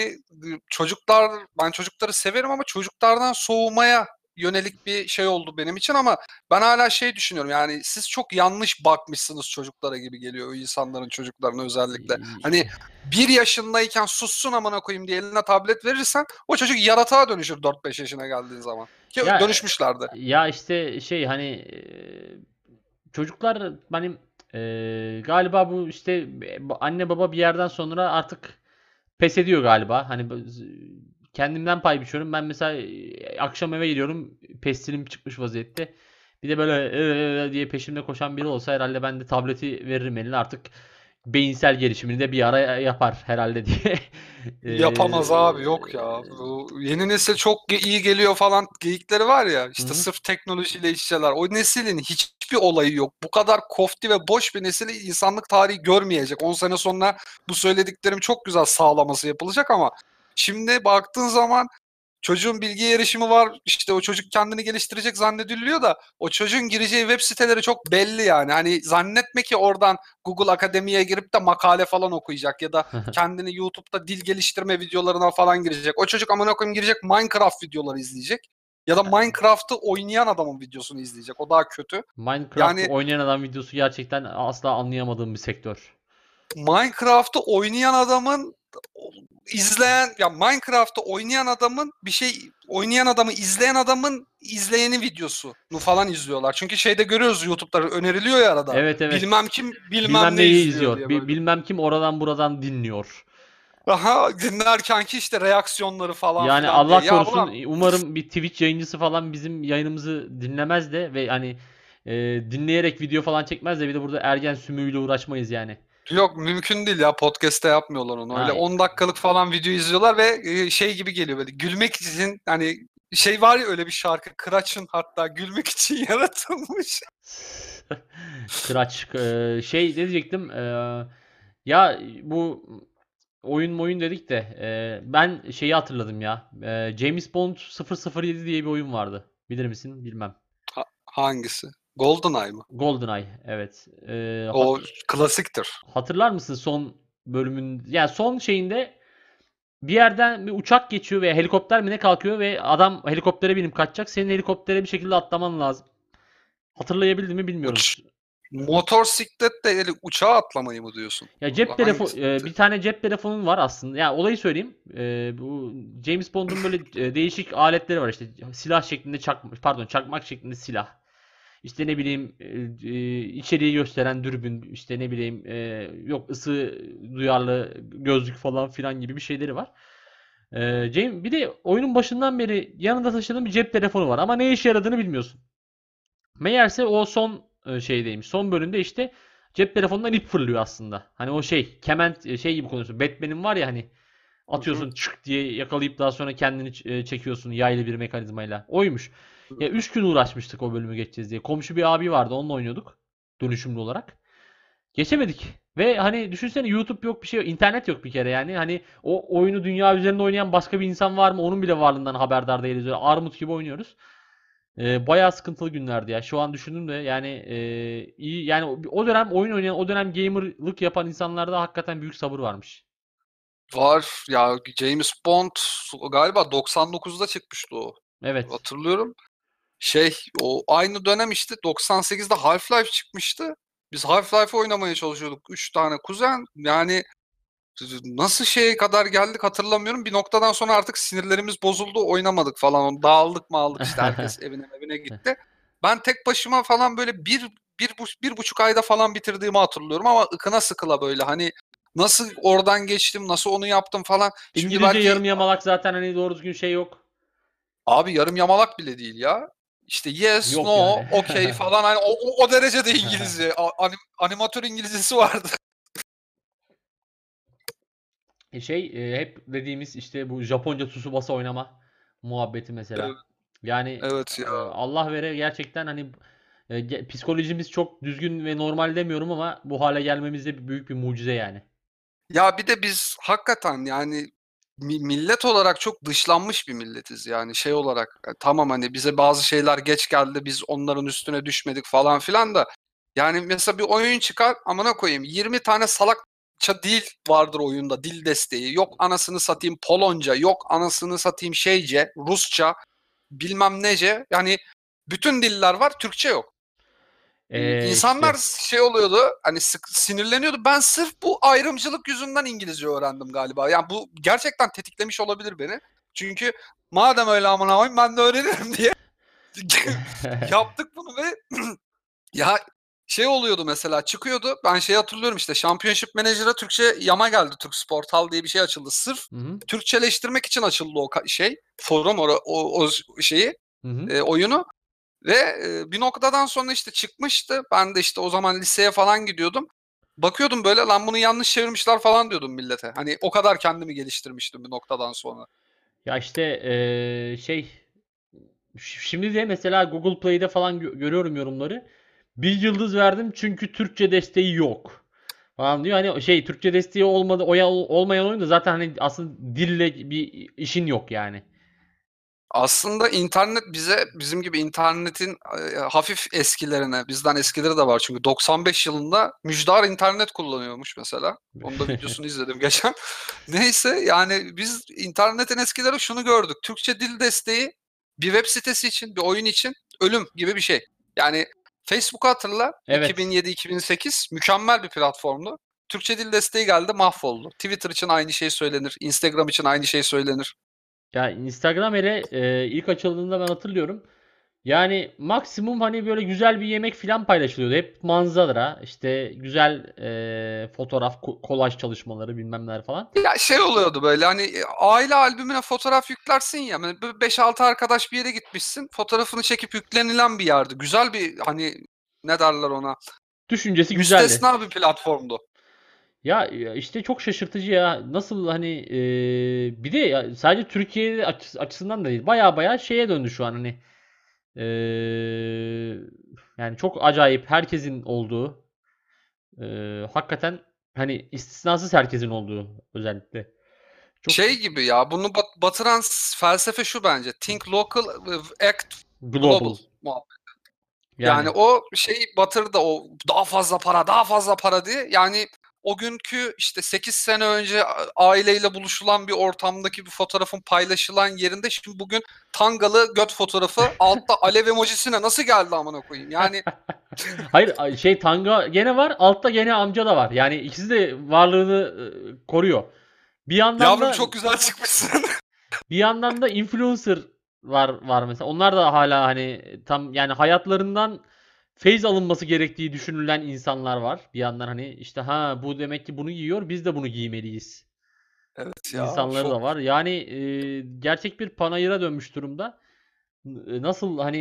S1: ben çocukları severim ama çocuklardan soğumaya yönelik bir şey oldu benim için, ama ben hala şey düşünüyorum, yani siz çok yanlış bakmışsınız çocuklara gibi geliyor, o insanların çocuklarına özellikle. Hani 1 yaşındayken sussun amına koyayım diye eline tablet verirsen o çocuk yaratığa dönüşür 4-5 yaşına geldiğin zaman. Ki
S2: Ya
S1: dönüşmüşlerdi.
S2: ya işte hani çocuklar benim galiba bu işte anne baba bir yerden sonra artık pes ediyor galiba. Hani kendimden pay biçiyorum. Ben mesela akşam eve geliyorum. Pestilim çıkmış vaziyette. Bir de böyle diye peşimde koşan biri olsa herhalde ben de tableti veririm eline, artık beyinsel gelişimini de bir ara yapar herhalde diye.
S1: Yapamaz abi, yok ya. Bu yeni nesil çok iyi geliyor falan geyikleri var ya,
S2: Hı
S1: işte
S2: hı.
S1: sırf teknolojiyle işçiler. O neslin hiçbir olayı yok. Bu kadar kofti ve boş bir nesili insanlık tarihi görmeyecek. 10 sene sonra bu söylediklerim çok güzel sağlaması yapılacak, ama şimdi baktığın zaman çocuğun bilgiye erişimi var. İşte o çocuk kendini geliştirecek zannediliyor da o çocuğun gireceği web siteleri çok belli yani. Hani zannetme ki oradan Google Akademi'ye girip de makale falan okuyacak ya da kendini YouTube'da dil geliştirme videolarına falan girecek. O çocuk amına koyayım girecek, Minecraft videoları izleyecek. Ya da Minecraft'ı oynayan adamın videosunu izleyecek. O daha kötü.
S2: Minecraft'ı
S1: Yani
S2: oynayan adam videosu gerçekten asla anlayamadığım bir sektör.
S1: Minecraft'ı oynayan adamın Minecraft'ı oynayan adamın bir şey oynayan adamı izleyen adamın izleyeni videosunu falan izliyorlar. Çünkü şeyde görüyoruz, YouTube'da öneriliyor ya arada.
S2: Evet, evet.
S1: Bilmem kim bilmem
S2: Bilmem
S1: ne
S2: neyi
S1: izliyor
S2: izliyor.
S1: diye böyle.
S2: Bilmem kim oradan buradan dinliyor.
S1: Aha, dinlerken ki işte reaksiyonları falan
S2: Yani
S1: filan diye.
S2: Allah
S1: Ya
S2: korusun,
S1: ulan,
S2: umarım bir Twitch yayıncısı falan bizim yayınımızı dinlemez de ve hani dinleyerek video falan çekmez de bir de burada ergen sümüğüyle uğraşmayız yani.
S1: Yok mümkün değil ya, podcast'te yapmıyorlar onu. Öyle
S2: Ha,
S1: 10 dakikalık falan video izliyorlar ve şey gibi geliyor böyle gülmek için, hani şey var ya öyle bir şarkı, Kıraç'ın hatta gülmek için yaratılmış.
S2: Kıraç. Şey ne diyecektim? Ya bu oyun dedik de ben şeyi hatırladım ya. James Bond 007 diye bir oyun vardı. Bilir misin? Bilmem.
S1: Hangisi? GoldenEye mı?
S2: GoldenEye, evet.
S1: O klasiktir.
S2: Hatırlar mısın son bölümün, yani son şeyinde bir yerden bir uçak geçiyor veya helikopter mi ne kalkıyor ve adam helikoptere binip kaçacak. Senin helikoptere bir şekilde atlaman lazım. Hatırlayabildin mi bilmiyorum.
S1: Uç, motosikletle uçağa atlamayı mı diyorsun?
S2: Ya cep telefon
S1: Hangisi?
S2: bir tane cep telefonun var aslında. Ya olayı söyleyeyim. Bu James Bond'un böyle değişik aletleri var işte. Silah şeklinde çakmak şeklinde silah. İşte ne bileyim içeriği gösteren dürbün, işte ne bileyim yok ısı duyarlı gözlük falan filan gibi bir şeyleri var. James bir de oyunun başından beri yanında taşıdığın bir cep telefonu var ama ne işe yaradığını bilmiyorsun. Meğerse o son şeydeymiş. Son bölümde işte cep telefonundan ip fırlıyor aslında. Hani o şey kement şey gibi konuşuyorsun. Batman'in var ya hani
S1: Hı hı.
S2: atıyorsun çık diye yakalayıp daha sonra kendini çekiyorsun yaylı bir mekanizmayla. Oymuş. Ya 3 gün uğraşmıştık o bölümü geçeceğiz diye. Komşu bir abi vardı, onunla oynuyorduk dönüşümlü olarak. Geçemedik. Ve hani düşünsene, YouTube yok, bir şey yok. İnternet yok bir kere yani. Hani o oyunu dünya üzerinde oynayan başka bir insan var mı? Onun bile varlığından haberdar değiliz. Öyle armut gibi oynuyoruz. Bayağı sıkıntılı günlerdi ya. Şu an düşündüm de yani iyi yani o dönem oyun oynayan, o dönem gamerlık yapan insanlarda hakikaten büyük sabır varmış.
S1: Var ya, James Bond galiba 99'da çıkmıştı o.
S2: Evet.
S1: Hatırlıyorum. Şey, o aynı dönem işte 98'de Half-Life çıkmıştı. Biz Half-Life oynamaya çalışıyorduk. 3 tane kuzen. Yani nasıl şeye kadar geldik hatırlamıyorum. Bir noktadan sonra artık sinirlerimiz bozuldu. Oynamadık falan. Dağıldık mağıldık işte. Herkes evine gitti. Ben tek başıma falan böyle bir buçuk ayda falan bitirdiğimi hatırlıyorum. Ama ıkına sıkıla böyle. Hani nasıl oradan geçtim, nasıl onu yaptım falan. Şimdi
S2: İngilizce
S1: belki
S2: yarım yamalak zaten, hani doğru düzgün şey yok.
S1: abi yarım yamalak bile değil ya. İşte yes,
S2: Yok
S1: no,
S2: yani.
S1: okay falan, hani o derecede İngilizce. Animatör İngilizcesi vardı.
S2: Hep dediğimiz işte bu Japonca Tsubasa oynama muhabbeti
S1: Evet,
S2: mesela. Yani
S1: evet ya.
S2: Allah vere gerçekten hani psikolojimiz çok düzgün ve normal demiyorum ama bu hale gelmemizde büyük bir mucize yani.
S1: Ya bir de biz hakikaten yani millet olarak çok dışlanmış bir milletiz yani şey olarak. Tamam, hani bize bazı şeyler geç geldi, biz onların üstüne düşmedik falan filan da yani mesela bir oyun çıkar, amına koyayım 20 tane salakça dil vardır oyunda, dil desteği yok, anasını satayım Polonca, yok anasını satayım şeyce, Rusça, bilmem nece, yani bütün diller var, Türkçe yok. İnsanlar
S2: İşte
S1: şey oluyordu, hani sinirleniyordu. Ben sırf bu ayrımcılık yüzünden İngilizce öğrendim galiba. Yani bu gerçekten tetiklemiş olabilir beni. Çünkü madem öyle amına koyayım ben de öğrenirim diye yaptık bunu ve ya şey oluyordu, mesela çıkıyordu. Ben şey hatırlıyorum, işte Championship Manager'a Türkçe yama geldi. Türk Sportal diye bir şey açıldı. Sırf
S2: Hı hı.
S1: Türkçeleştirmek için açıldı o şey. Forum o şeyi,
S2: Hı hı.
S1: oyunu. Ve bir noktadan sonra işte çıkmıştı. Ben de işte o zaman liseye falan gidiyordum. Bakıyordum böyle, lan bunu yanlış çevirmişler falan diyordum millete. Hani o kadar kendimi geliştirmiştim bir noktadan sonra.
S2: Ya işte şimdi de mesela Google Play'de falan görüyorum yorumları. Bir yıldız verdim çünkü Türkçe desteği yok falan diyor. Hani şey, Türkçe desteği olmadı, olmayan oyun da zaten hani aslında dille bir işin yok yani.
S1: Aslında internet bize, bizim gibi internetin hafif eskilerine, bizden eskileri de var çünkü 95 yılında Müjdar internet kullanıyormuş mesela. Onun da videosunu izledim geçen. Neyse, yani biz internetin eskileri şunu gördük. Türkçe dil desteği bir web sitesi için, bir oyun için ölüm gibi bir şey. Yani Facebook'u hatırla,
S2: Evet.
S1: 2007-2008 mükemmel bir platformdu. Türkçe dil desteği geldi, mahvoldu. Twitter için aynı şey söylenir, Instagram için aynı şey söylenir.
S2: Ya Instagram hele ilk açıldığında ben hatırlıyorum. Yani maksimum hani böyle güzel bir yemek falan paylaşılıyordu. Hep manzara, işte güzel fotoğraf, kolaj çalışmaları bilmem neler falan.
S1: Ya şey oluyordu böyle, hani aile albümüne fotoğraf yüklersin ya, hani böyle 5-6 arkadaş bir yere gitmişsin, fotoğrafını çekip yüklenilen bir yerdi. Güzel bir, hani ne derler ona,
S2: Düşüncesi güzeldi.
S1: müstesna bir platformdu.
S2: Ya işte çok şaşırtıcı ya. Nasıl hani bir de sadece Türkiye açısından da değil. Baya baya şeye döndü şu an hani. E, Yani çok acayip herkesin olduğu. Hakikaten hani istisnasız herkesin olduğu özellikle. Çok
S1: Şey gibi ya, bunu batıran felsefe şu bence. Think local, act global
S2: global
S1: muhabbet. Yani
S2: yani.
S1: o şeyi batırdı, o daha fazla para, daha fazla para diye. Yani o günkü işte 8 sene önce aileyle buluşulan bir ortamdaki bir fotoğrafın paylaşılan yerinde şimdi bugün tangalı göt fotoğrafı altta alev emojisine nasıl geldi amına koyayım? Yani
S2: Hayır şey Tanga gene var, altta gene amca da var. Yani ikisi de varlığını koruyor. Bir yandan
S1: yavrum
S2: da
S1: çok güzel çıkmışsın.
S2: influencer var mesela. Onlar da hala hani tam yani hayatlarından feyz alınması gerektiği düşünülen insanlar var. Bir yandan hani işte ha bu demek ki bunu giyiyor, biz de bunu giymeliyiz.
S1: Evet ya,
S2: İnsanları da
S1: çok
S2: var. Yani gerçek bir panayıra dönmüş durumda. Nasıl hani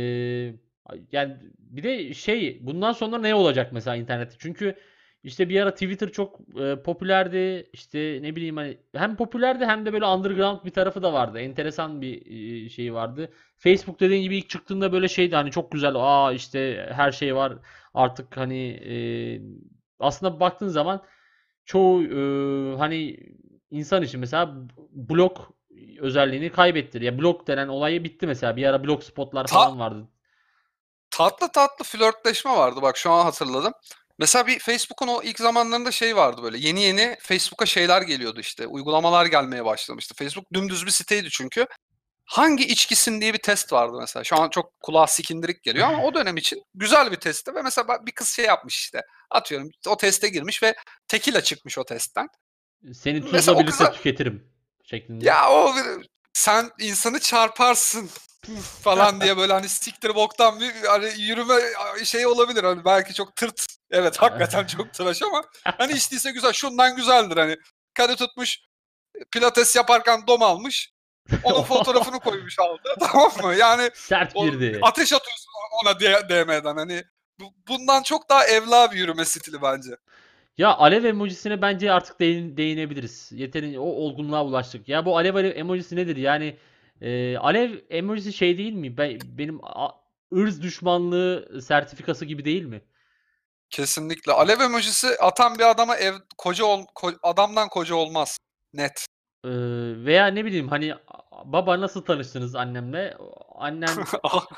S2: yani bir de şey bundan sonra ne olacak mesela internette? Çünkü işte bir ara Twitter çok popülerdi. İşte ne bileyim hani hem popülerdi hem de böyle underground bir tarafı da vardı. Enteresan bir şey vardı. Facebook dediğin gibi ilk çıktığında böyle şeydi hani çok güzel. Aa işte her şey var. Artık hani aslında baktığın zaman çoğu hani insan için mesela blog özelliğini kaybettir. Ya blog denen olayı bitti mesela. Bir ara blog spotlar
S1: ta-
S2: falan vardı.
S1: tatlı tatlı flörtleşme vardı, bak şu an hatırladım. Mesela bir Facebook'un o ilk zamanlarında şey vardı, böyle yeni yeni Facebook'a şeyler geliyordu, işte uygulamalar gelmeye başlamıştı. Facebook dümdüz bir siteydi çünkü. Hangi içkisin diye bir test vardı mesela. Şu an çok kulağa sikindirik geliyor ama o dönem için güzel bir testti ve mesela bir kız şey yapmış işte. Atıyorum o teste girmiş ve tekila çıkmış o testten.
S2: Seni
S1: Mesela
S2: tuzla
S1: o
S2: birlikte
S1: kıza
S2: tüketirim şeklinde.
S1: ya sen insanı çarparsın falan diye böyle hani siktir boktan bir hani yürüme şey olabilir. Hani belki çok tırt. Evet, hakikaten çok tıraş ama hani içtiyse güzel. Şundan güzeldir hani. Kadı tutmuş pilates yaparken dom almış. Onun fotoğrafını koymuş aldı. Tamam mı? Yani
S2: Sert
S1: o
S2: girdi.
S1: ateş atıyorsun ona DM'den. Hani bundan çok daha evla bir yürüme stili bence.
S2: Ya alev emojisine bence artık değinebiliriz. Yeterince o olgunluğa ulaştık. Ya bu alev emojisi nedir? Yani alev emojisi şey değil mi? Benim ırz düşmanlığı sertifikası gibi değil mi?
S1: Kesinlikle. Alev emojisi atan bir adama adamdan koca olmaz. Net.
S2: Veya ne bileyim hani baba nasıl tanıştınız annemle? Annen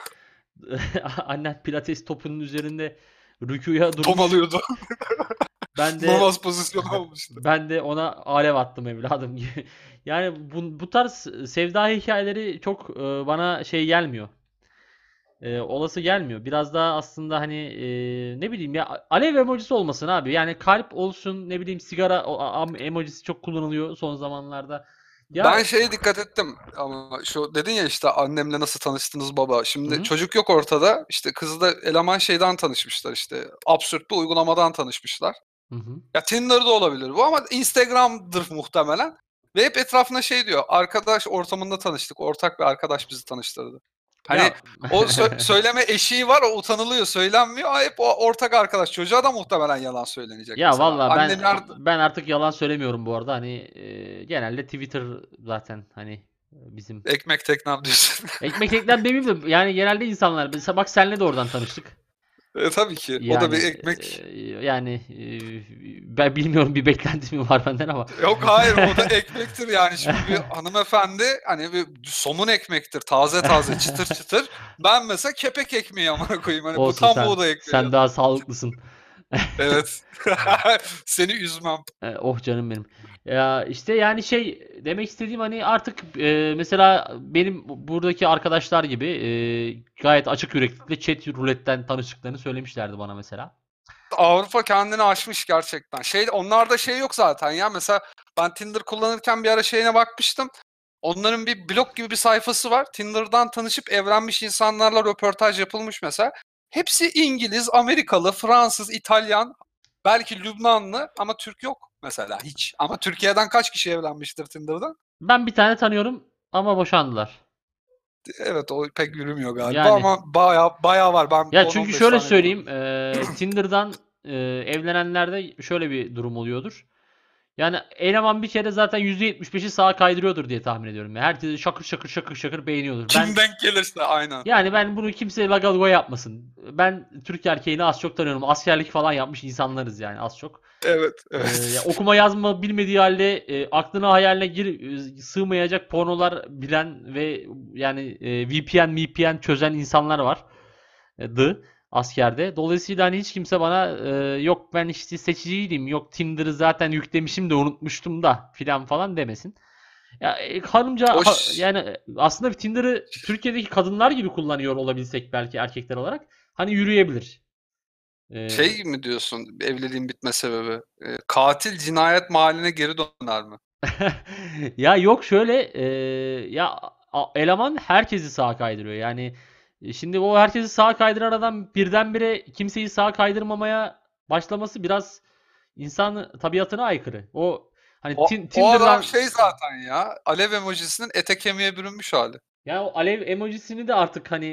S2: annen pilates topunun üzerinde rükûya durmuş.
S1: Domalıyordu.
S2: Ben de
S1: Namaz pozisyonu almıştı.
S2: ben de ona alev attım evladım gibi. Yani bu tarz sevda hikayeleri çok bana şey gelmiyor. Olası gelmiyor. Biraz daha aslında hani ne bileyim ya alev emojisi olmasın abi. Yani kalp olsun ne bileyim sigara emojisi çok kullanılıyor son zamanlarda.
S1: Ben
S2: Ya
S1: şeye dikkat ettim ama şu dedin ya işte annemle nasıl tanıştınız baba.
S2: hı
S1: Şimdi
S2: hı,
S1: çocuk yok ortada. İşte kızla eleman şeyden tanışmışlar işte. Absürt bir uygulamadan tanışmışlar.
S2: hı hı.
S1: Ya Tinder'da olabilir bu ama Instagram'dır muhtemelen. Ve hep etrafına şey diyor. Arkadaş ortamında tanıştık. Ortak bir arkadaş bizi tanıştırdı. Hani
S2: Ya
S1: o söyleme eşiği var, o utanılıyor, söylenmiyor. Hep o ortak arkadaş. Çocuğa da muhtemelen yalan söylenecek
S2: ya
S1: mesela.
S2: valla
S1: Anne nerede?
S2: ben artık yalan söylemiyorum bu arada. Hani genelde Twitter zaten hani bizim
S1: Ekmek teknem diyorsun.
S2: ekmek teknem demeyeyim de yani genelde insanlar mesela bak senle de oradan tanıştık.
S1: Tabii ki. O da
S2: Yani
S1: bir ekmek.
S2: ben bilmiyorum bir beklenti mi var benden ama
S1: Yok, hayır, o da ekmektir yani. Şimdi bir hanımefendi hani bir somun ekmektir. Taze taze, çıtır çıtır. Ben mesela kepek ekmeği amına koyayım. Hani bu
S2: olsun
S1: tam buğday ekmeği.
S2: sen daha sağlıklısın.
S1: Evet. Seni üzmem.
S2: Oh canım benim. Ya işte yani şey demek istediğim hani artık mesela benim buradaki arkadaşlar gibi gayet açık yüreklilikle chat ruletten tanıştıklarını söylemişlerdi bana mesela.
S1: Avrupa kendini aşmış gerçekten. Onlarda şey yok zaten ya. Mesela ben Tinder kullanırken bir ara şeyine bakmıştım. Onların bir blog gibi bir sayfası var. Tinder'dan tanışıp evlenmiş insanlarla röportaj yapılmış mesela. Hepsi İngiliz, Amerikalı, Fransız, İtalyan, belki Lübnanlı ama Türk yok mesela hiç. Ama Türkiye'den kaç kişi evlenmiştir Tinder'dan?
S2: Ben bir tane tanıyorum ama boşandılar.
S1: Evet, o pek yürümüyor galiba
S2: Yani
S1: ama baya baya var. Ben
S2: ya çünkü
S1: 10-15
S2: şöyle
S1: tane gördüm.
S2: söyleyeyim Tinder'dan evlenenlerde şöyle bir durum oluyordur. Yani eleman bir kere zaten %75'i sağa kaydırıyordur diye tahmin ediyorum. Yani herkesi şakır şakır şakır şakır beğeniyordur.
S1: Kim denk gelirse aynen.
S2: Yani ben bunu kimse lagaluga yapmasın. Ben Türk erkeğini az çok tanıyorum. Askerlik falan yapmış insanlarız yani az çok.
S1: Evet,
S2: Ya
S1: evet.
S2: okuma yazma bilmediği halde aklına hayaline sığmayacak pornolar bilen ve yani VPN çözen insanlar var. Askerde. Dolayısıyla hani hiç kimse bana yok ben işte seçiciydim, yok Tinder'ı zaten yüklemişim de unutmuştum da filan falan demesin. Ya hanımca
S1: O
S2: yani aslında Tinder'ı Türkiye'deki kadınlar gibi kullanıyor olabilsek belki erkekler olarak hani yürüyebilir. E,
S1: şey mi diyorsun evliliğin bitme sebebi? Katil cinayet mahalline geri döner mi?
S2: Ya yok şöyle ya eleman herkesi sağa kaydırıyor. Yani şimdi o herkesi sağa kaydıran adam birdenbire kimseyi sağa kaydırmamaya başlaması biraz insan tabiatına aykırı. O hani
S1: O adam
S2: Tinder'dan
S1: şey zaten ya. Alev emojisinin ete kemiğe bürünmüş hali.
S2: ya o alev emojisini de artık hani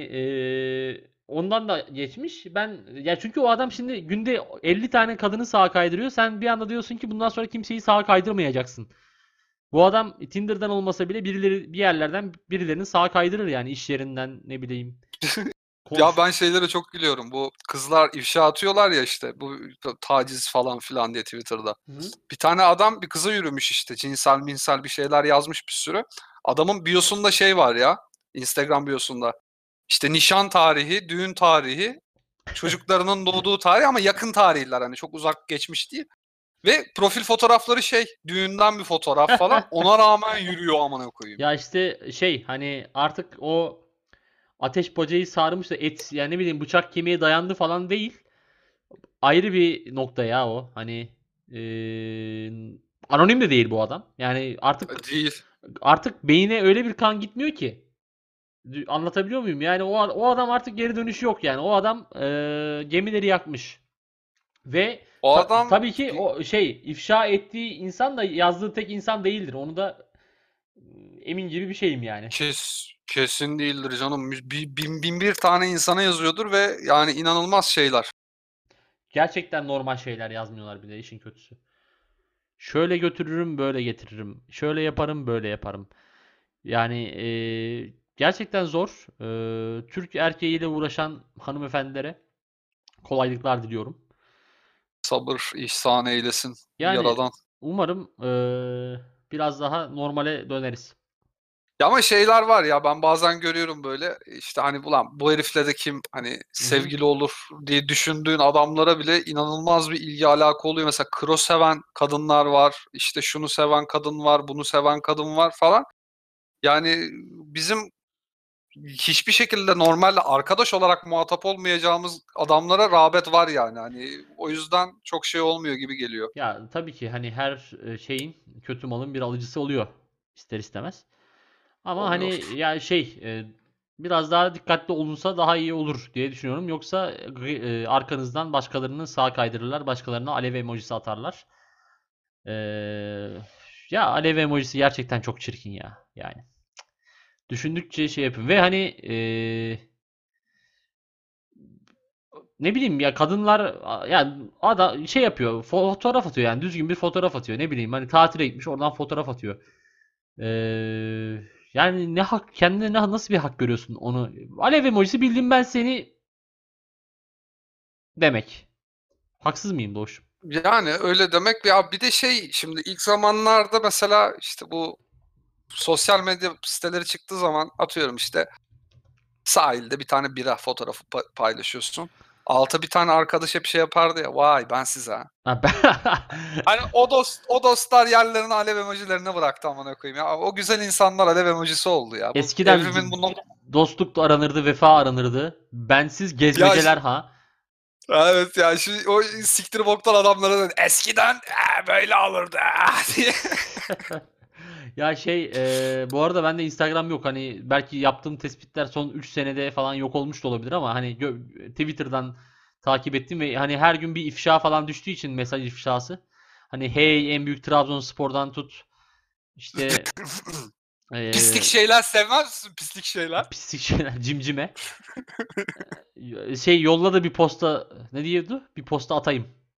S2: ondan da geçmiş. Ben ya çünkü o adam şimdi günde 50 tane kadını sağa kaydırıyor. Sen bir anda diyorsun ki bundan sonra kimseyi sağa kaydırmayacaksın. Bu adam Tinder'dan olmasa bile birileri bir yerlerden birilerini sağa kaydırır yani iş yerinden ne bileyim
S1: Ya
S2: komşu.
S1: ben şeylere çok gülüyorum. Bu kızlar ifşa atıyorlar ya işte bu taciz falan filan diye Twitter'da.
S2: Hı?
S1: Bir tane adam bir kıza yürümüş işte cinsel minsel bir şeyler yazmış bir sürü. Adamın biosunda şey var ya, Instagram biosunda. İşte nişan tarihi, düğün tarihi, çocuklarının doğduğu tarih ama yakın tarihler hani çok uzak geçmiş değil. Ve profil fotoğrafları şey düğünden bir fotoğraf falan ona rağmen yürüyor amına koyayım.
S2: Ya işte şey hani artık o ateş bacayı sarmış da et yani ne bileyim bıçak kemiğe dayandı falan değil. Ayrı bir nokta ya o. Hani anonim de değil bu adam. Yani
S1: Değil.
S2: artık beyine öyle bir kan gitmiyor ki. Anlatabiliyor muyum? Yani o adam artık geri dönüşü yok yani. O adam gemileri yakmış. Ve
S1: O adam
S2: tabii ki o şey ifşa ettiği insan da yazdığı tek insan değildir. Onu da emin gibi bir şeyim yani.
S1: kesin değildir canım. Bin bir tane insana yazıyordur ve yani inanılmaz şeyler.
S2: Gerçekten normal şeyler yazmıyorlar bile işin kötüsü. Şöyle götürürüm, böyle getiririm. Şöyle yaparım, böyle yaparım. Yani gerçekten zor. Türk erkeğiyle uğraşan hanımefendilere kolaylıklar diliyorum.
S1: Sabır ihsan eylesin
S2: Yani
S1: yaradan.
S2: umarım biraz daha normale döneriz.
S1: Ya ama şeyler var ya ben bazen görüyorum böyle işte hani ulan bu herifle de kim hani
S2: Hı hı.
S1: sevgili olur diye düşündüğün adamlara bile inanılmaz bir ilgi alaka oluyor. Mesela kro seven kadınlar var işte şunu seven kadın var bunu seven kadın var falan. Yani bizim hiçbir şekilde normalde arkadaş olarak muhatap olmayacağımız adamlara rağbet var yani. Hani o yüzden çok şey olmuyor gibi geliyor.
S2: Ya tabii ki hani her şeyin kötü malın bir alıcısı oluyor ister istemez. Ama
S1: Oluyor.
S2: hani ya şey biraz daha dikkatli olunsa daha iyi olur diye düşünüyorum. Yoksa arkanızdan başkalarını sağa kaydırırlar, başkalarına alev emojisi atarlar. Ya alev emojisi gerçekten çok çirkin ya. Yani düşündükçe şey yapıyorum ve hani ne bileyim ya kadınlar ya ada şey yapıyor fotoğraf atıyor yani düzgün bir fotoğraf atıyor ne bileyim hani tatile gitmiş oradan fotoğraf atıyor. Yani ne hak kendine nasıl bir hak görüyorsun onu alev emojisi bildiğim ben seni demek. Haksız mıyım Doğuş?
S1: Yani öyle demek ya bir de şey şimdi ilk zamanlarda mesela işte bu sosyal medya siteleri çıktığı zaman atıyorum işte sahilde bir tane bira fotoğrafı paylaşıyorsun. Alta bir tane arkadaş hep şey yapardı ya vay ben size ha.
S2: Ha, ben-
S1: Hani o dostlar yerlerini alev emojilerine bıraktı amına koyayım ya. O güzel insanlar alev emojisi oldu ya. Bu
S2: Eskiden
S1: evrimin bundan
S2: dostluk da aranırdı, vefa aranırdı. Bensiz
S1: ya
S2: gezmeceler ha.
S1: evet ya şu o siktir boktan adamlara da eskiden böyle olurdu diye.
S2: Ya şey bu arada bende Instagram yok hani belki yaptığım tespitler son 3 senede falan yok olmuş da olabilir ama hani Twitter'dan takip ettim ve hani her gün bir ifşa falan düştüğü için mesaj ifşası. Hani hey en büyük Trabzonspor'dan tut işte
S1: Pislik
S2: eee,
S1: şeyler sevmez misin? Pislik şeyler.
S2: pislik şeyler cimcime. Şey yolla da bir posta ne diyordu? Bir posta atayım.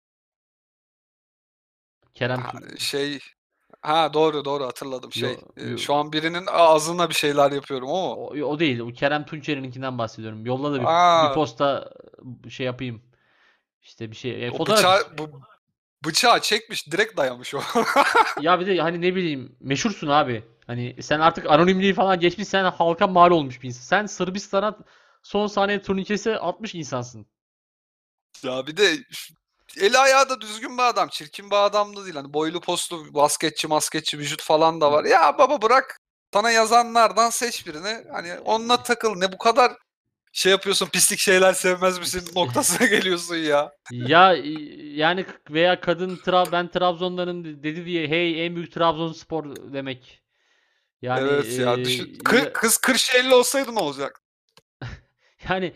S2: Kerem
S1: Ha,
S2: Tun
S1: şey ha doğru doğru hatırladım
S2: yo,
S1: şu
S2: yo,
S1: an birinin ağzına bir şeyler yapıyorum ama.
S2: o değil. O Kerem Tunçeri'ninkinden bahsediyorum. Yolla da bir
S1: Aa,
S2: posta şey yapayım. İşte bir şey.
S1: o
S2: Fotoğraf.
S1: bıçağı çekmiş direkt dayamış o.
S2: Ya bir de hani ne bileyim meşhursun abi. Hani sen artık anonimliği falan geçmiş, sen halka mal olmuş bir insan. Sen Sırbistan'a son saniye turnikesi atmış insansın.
S1: Ya bir de eli ayağı da düzgün bir adam. Çirkin bir adam da değil. Hani boylu postlu basketçi vücut falan da var. Ya baba bırak. Sana yazanlardan seç birini. Hani onunla takıl. Ne bu kadar şey yapıyorsun, pislik şeyler sevmez misin noktasına geliyorsun ya.
S2: Ya yani veya kadın ben Trabzon'danım dedi diye hey en büyük Trabzonspor demek. Yani
S1: Evet ya düşün.
S2: ya,
S1: Kız Kırşehirli olsaydı ne olacak?
S2: yani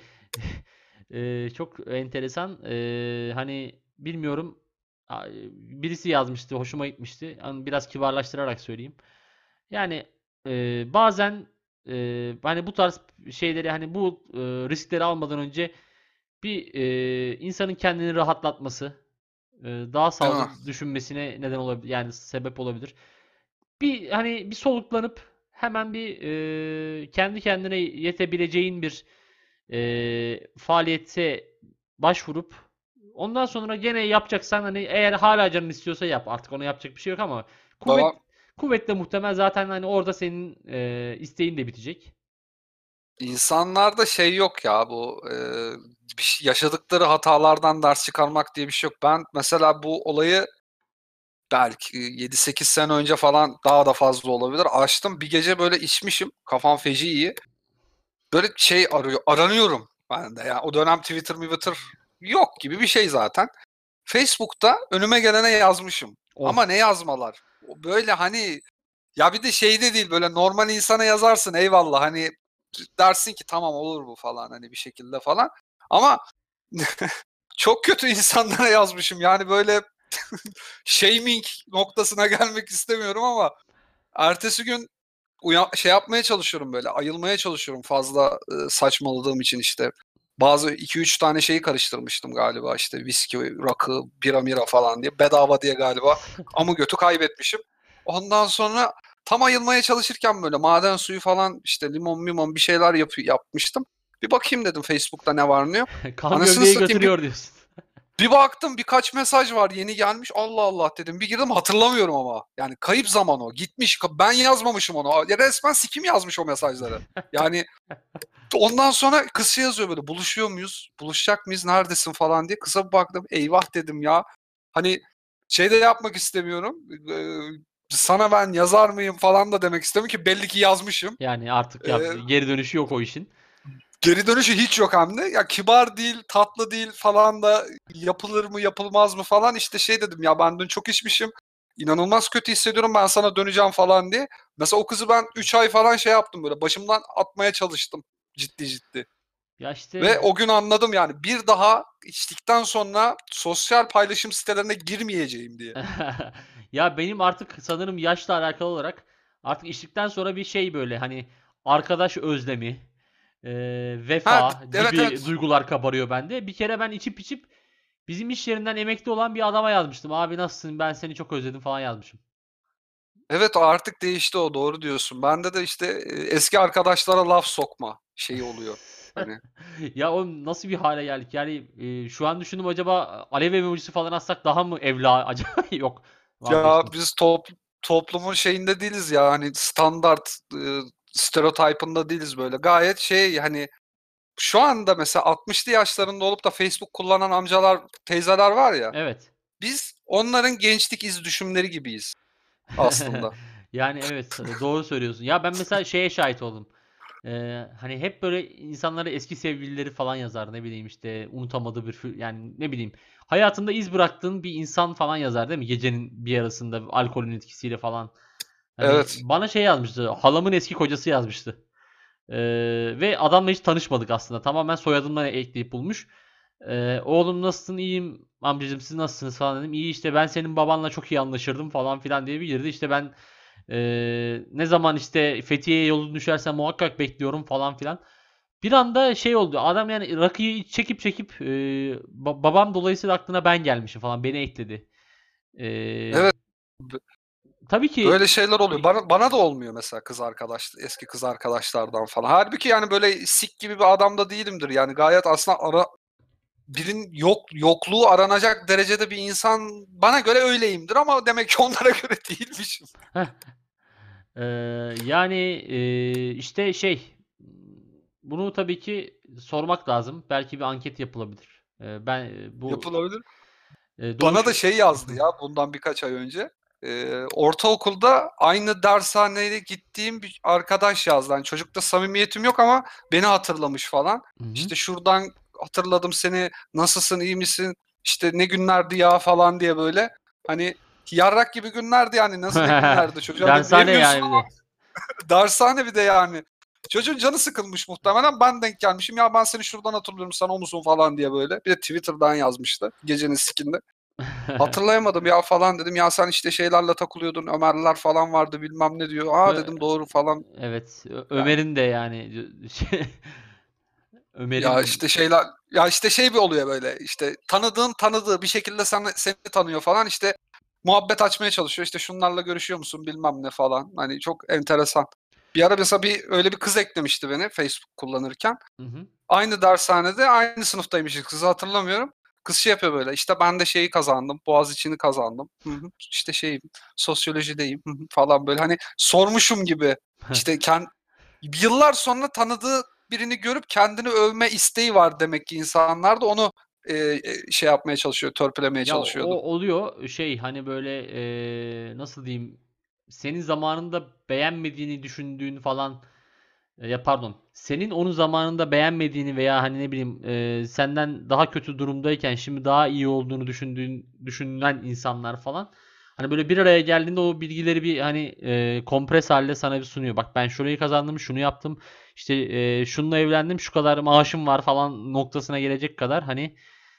S2: çok enteresan. Hani bilmiyorum. Birisi yazmıştı, hoşuma gitmişti. Hani biraz kibarlaştırarak söyleyeyim. Yani bazen hani bu tarz şeyleri, hani bu riskleri almadan önce bir insanın kendini rahatlatması daha
S1: Değil mi?
S2: sağlıklı düşünmesine neden olabilir, yani sebep olabilir. Bir hani bir soluklanıp hemen bir kendi kendine yetebileceğin bir faaliyete başvurup ondan sonra gene yapacaksan, hani eğer hala canın istiyorsa yap. Artık ona yapacak bir şey yok ama
S1: Baba
S2: kuvvetle muhtemel zaten hani orada senin isteğin de bitecek.
S1: insanlarda şey yok ya bu yaşadıkları hatalardan ders çıkarmak diye bir şey yok. Ben mesela bu olayı belki 7-8 sene önce falan daha da fazla olabilir. Açtım bir gece böyle içmişim. Kafam feci iyi. Böyle şey aranıyorum ben de ya. O dönem Twitter yok gibi bir şey zaten. Facebook'ta önüme gelene yazmışım.
S2: Of.
S1: Ama ne yazmalar. Böyle hani ya bir de şey de değil böyle normal insana yazarsın eyvallah hani dersin ki tamam olur bu falan hani bir şekilde falan. Ama çok kötü insanlara yazmışım. Yani böyle shaming noktasına gelmek istemiyorum ama ertesi gün şey yapmaya çalışıyorum böyle ayılmaya çalışıyorum fazla saçmaladığım için işte. Bazı iki üç tane şeyi karıştırmıştım galiba işte viski, rakı, bira mira falan diye. Bedava diye galiba. Ama götü kaybetmişim. Ondan sonra tam ayılmaya çalışırken böyle maden suyu falan işte limon bir şeyler yapmıştım. Bir bakayım dedim Facebook'ta ne var ne yok.
S2: Kan
S1: Anasını
S2: gövdeyi
S1: satayım
S2: götürüyor diyorsun.
S1: bir baktım birkaç mesaj var yeni gelmiş. Allah Allah dedim. Bir girdim hatırlamıyorum ama. Yani kayıp zaman o. Gitmiş. Ben yazmamışım onu. Ya resmen sikim yazmış o mesajları. Yani ondan sonra kız şey yazıyor böyle buluşuyor muyuz? Buluşacak mıyız? Neredesin falan diye. Kıza bir baktım. Eyvah dedim ya. Hani şey de yapmak istemiyorum. Sana ben yazar mıyım falan da demek istemiyorum ki belli ki yazmışım.
S2: Yani artık
S1: Ee,
S2: geri dönüşü yok o işin.
S1: Geri dönüşü hiç yok hem de. Ya kibar değil, tatlı değil falan da yapılır mı, yapılmaz mı falan işte şey dedim ya ben dün çok içmişim. İnanılmaz kötü hissediyorum ben sana döneceğim falan diye. Mesela o kızı ben 3 ay falan şey yaptım böyle başımdan atmaya çalıştım ciddi ciddi.
S2: Ya işte
S1: Ve o gün anladım yani bir daha içtikten sonra sosyal paylaşım sitelerine girmeyeceğim diye.
S2: ya benim artık sanırım yaşla alakalı olarak artık içtikten sonra bir şey, böyle hani arkadaş özlemi,
S1: Ha
S2: vefa
S1: evet
S2: gibi
S1: evet.
S2: duygular kabarıyor bende. Bir kere ben içip bizim iş yerinden emekli olan bir adama yazmıştım. Abi nasılsın? Ben seni çok özledim falan yazmışım.
S1: Evet o artık değişti o doğru diyorsun. Bende de işte eski arkadaşlara laf sokma şeyi oluyor. Hani
S2: Ya o nasıl bir hale geldik? Yani şu an düşündüm, acaba alev emojisi falan atsak daha mı evla acaba? Yok,
S1: ya
S2: vazgeçtim.
S1: biz toplumun şeyinde değiliz ya hani standart stereotipında değiliz böyle. Gayet şey hani şu anda mesela 60'lı yaşlarında olup da Facebook kullanan amcalar, teyzeler var ya.
S2: Evet.
S1: Biz onların gençlik iz düşümleri gibiyiz aslında.
S2: Yani evet, doğru söylüyorsun. Ya ben mesela şeye şahit oldum. Hani hep böyle insanlara eski sevgilileri falan yazar, ne bileyim işte unutamadığı bir yani ne bileyim hayatında iz bıraktığın bir insan falan yazar değil mi? Gecenin bir yarısında alkolün etkisiyle falan. Hani
S1: Evet.
S2: bana şey yazmıştı. Halamın eski kocası yazmıştı. Ve adamla hiç tanışmadık aslında. Tamamen soyadımdan ekleyip bulmuş. Oğlum nasılsın? İyiyim amcacığım, siz nasılsınız falan dedim. İyi işte, ben senin babanla çok iyi anlaşırdım falan filan diye bir girdi. İşte ben ne zaman işte Fethiye'ye yolun düşerse muhakkak bekliyorum falan filan. Bir anda şey oldu. Adam yani rakıyı çekip babam dolayısıyla aklına ben gelmişim falan. Beni ekledi. Ee,
S1: Evet.
S2: tabii ki
S1: Böyle şeyler oluyor. Bana da olmuyor mesela eski kız arkadaşlardan falan. Halbuki yani böyle sik gibi bir adam da değilimdir. Yani gayet aslında yokluğu aranacak derecede bir insan bana göre öyleyimdir ama demek ki onlara göre değilmişim.
S2: heh, Ee, yani işte bunu tabii ki sormak lazım. Belki bir anket yapılabilir. Ben bu
S1: Yapılabilir. Bana
S2: doğuş
S1: da şey yazdı ya bundan birkaç ay önce. Ortaokulda aynı dershaneye gittiğim bir arkadaş yazdı. Yani çocukla samimiyetim yok ama beni hatırlamış falan.
S2: Hı hı.
S1: İşte şuradan hatırladım seni, nasılsın, iyi misin? İşte ne günlerdi ya falan diye böyle. Hani yarrak gibi günlerdi yani. Nasıl ne günlerdi çocuğa bir
S2: Dershane
S1: diyemiyorsun
S2: yani bir
S1: ama
S2: de.
S1: dershane bir de yani. Çocuğun canı sıkılmış muhtemelen. Ben denk gelmişim. Ya ben seni şuradan hatırlıyorum sen o musun falan diye böyle. Bir de Twitter'dan yazmıştı. Gecenin sikinde. Hatırlayamadım ya falan dedim. Ya sen işte şeylerle takılıyordun. Ömerler falan vardı bilmem ne diyor. Aa
S2: Ö-
S1: dedim doğru falan.
S2: Evet,
S1: Yani
S2: Ömer'in de yani
S1: ya
S2: Ömer'in
S1: işte şeyler ya işte şey bir oluyor böyle. İşte tanıdığın tanıdığı bir şekilde seni tanıyor falan. İşte muhabbet açmaya çalışıyor. İşte şunlarla görüşüyor musun bilmem ne falan. Hani çok enteresan. Bir ara mesela öyle bir kız eklemişti beni Facebook kullanırken.
S2: Hı hı.
S1: Aynı dershanede aynı sınıftaymışız. Kızı hatırlamıyorum. Kız şey yapıyor böyle. İşte ben de şeyi kazandım. Boğaziçi'ni kazandım. Hı hı. İşte şeyim sosyolojideyim hı hı falan böyle. Hani sormuşum gibi. İşte yıllar sonra tanıdığı birini görüp kendini övme isteği var demek ki insanlarda. Onu şey yapmaya çalışıyor, törpülemeye
S2: Ya o
S1: çalışıyordu.
S2: oluyor hani böyle nasıl diyeyim, senin zamanında beğenmediğini düşündüğün falan, ya pardon, senin onu zamanında beğenmediğini veya hani ne bileyim senden daha kötü durumdayken şimdi daha iyi olduğunu düşünen insanlar falan, hani böyle bir araya geldiğinde o bilgileri bir hani kompres halde sana bir sunuyor. Bak ben şurayı kazandım, şunu yaptım, işte şununla evlendim, şu kadar maaşım var falan noktasına gelecek kadar hani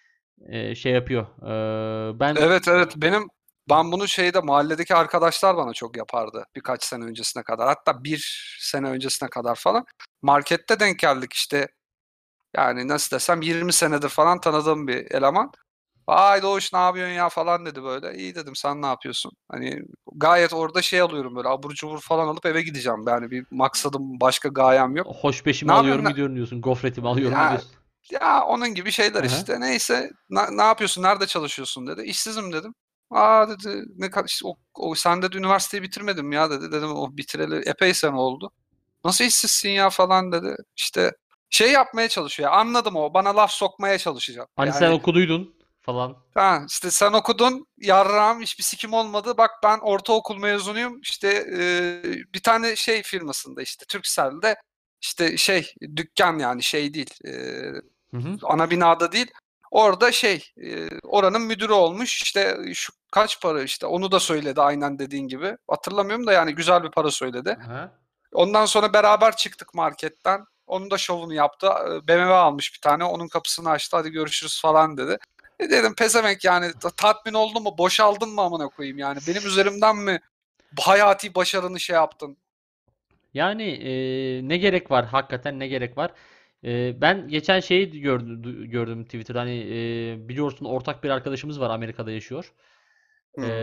S2: şey yapıyor. Ben
S1: Evet evet ben bunu şeyde mahalledeki arkadaşlar bana çok yapardı birkaç sene öncesine kadar. Hatta bir sene öncesine kadar falan. Markette denk geldik işte. Yani nasıl desem 20 senedir falan tanıdığım bir eleman. Vay Doğuş ne yapıyorsun ya falan dedi böyle. İyi dedim sen ne yapıyorsun? Hani gayet orada şey alıyorum böyle abur cubur falan alıp eve gideceğim. Yani bir maksadım başka gayem yok.
S2: hoşbeşimi
S1: Ne yapıyorsun?
S2: alıyorum gidiyorum diyorsun. Gofretimi alıyorum
S1: Ya
S2: gidiyorsun.
S1: ya onun gibi şeyler
S2: Aha.
S1: işte. Neyse ne yapıyorsun? Nerede çalışıyorsun dedi. İşsizim dedim. Aa dedi işte sen dedi üniversiteyi bitirmedim ya dedi. Dedim o bitireli epey sene oldu. Nasıl işsizsin ya falan dedi. İşte şey yapmaya çalışıyor. Anladım o. Bana laf sokmaya çalışacak.
S2: Hani sen
S1: Yani
S2: okuduydun falan.
S1: ha, işte sen okudun yarrağım hiçbir sikim olmadı. Bak ben ortaokul mezunuyum. İşte bir tane şey firmasında işte Turkcell'de işte şey dükkan yani şey değil.
S2: Hı hı.
S1: Ana binada değil. Orada oranın müdürü olmuş. İşte şu kaç para işte onu da söyledi aynen dediğin gibi. Hatırlamıyorum da yani güzel bir para söyledi.
S2: Aha.
S1: Ondan sonra beraber çıktık marketten. Onun da şovunu yaptı. BMW almış bir tane. Onun kapısını açtı. Hadi görüşürüz falan dedi. Dedim pezevenk yani tatmin oldun mu? Boşaldın mı amına koyayım yani? Benim üzerimden mi hayati başarını şey yaptın?
S2: Yani ne gerek var? Hakikaten ne gerek var? Ben geçen şeyi gördüm Twitter'da. Hani biliyorsun ortak bir arkadaşımız var, Amerika'da yaşıyor.
S1: Hmm.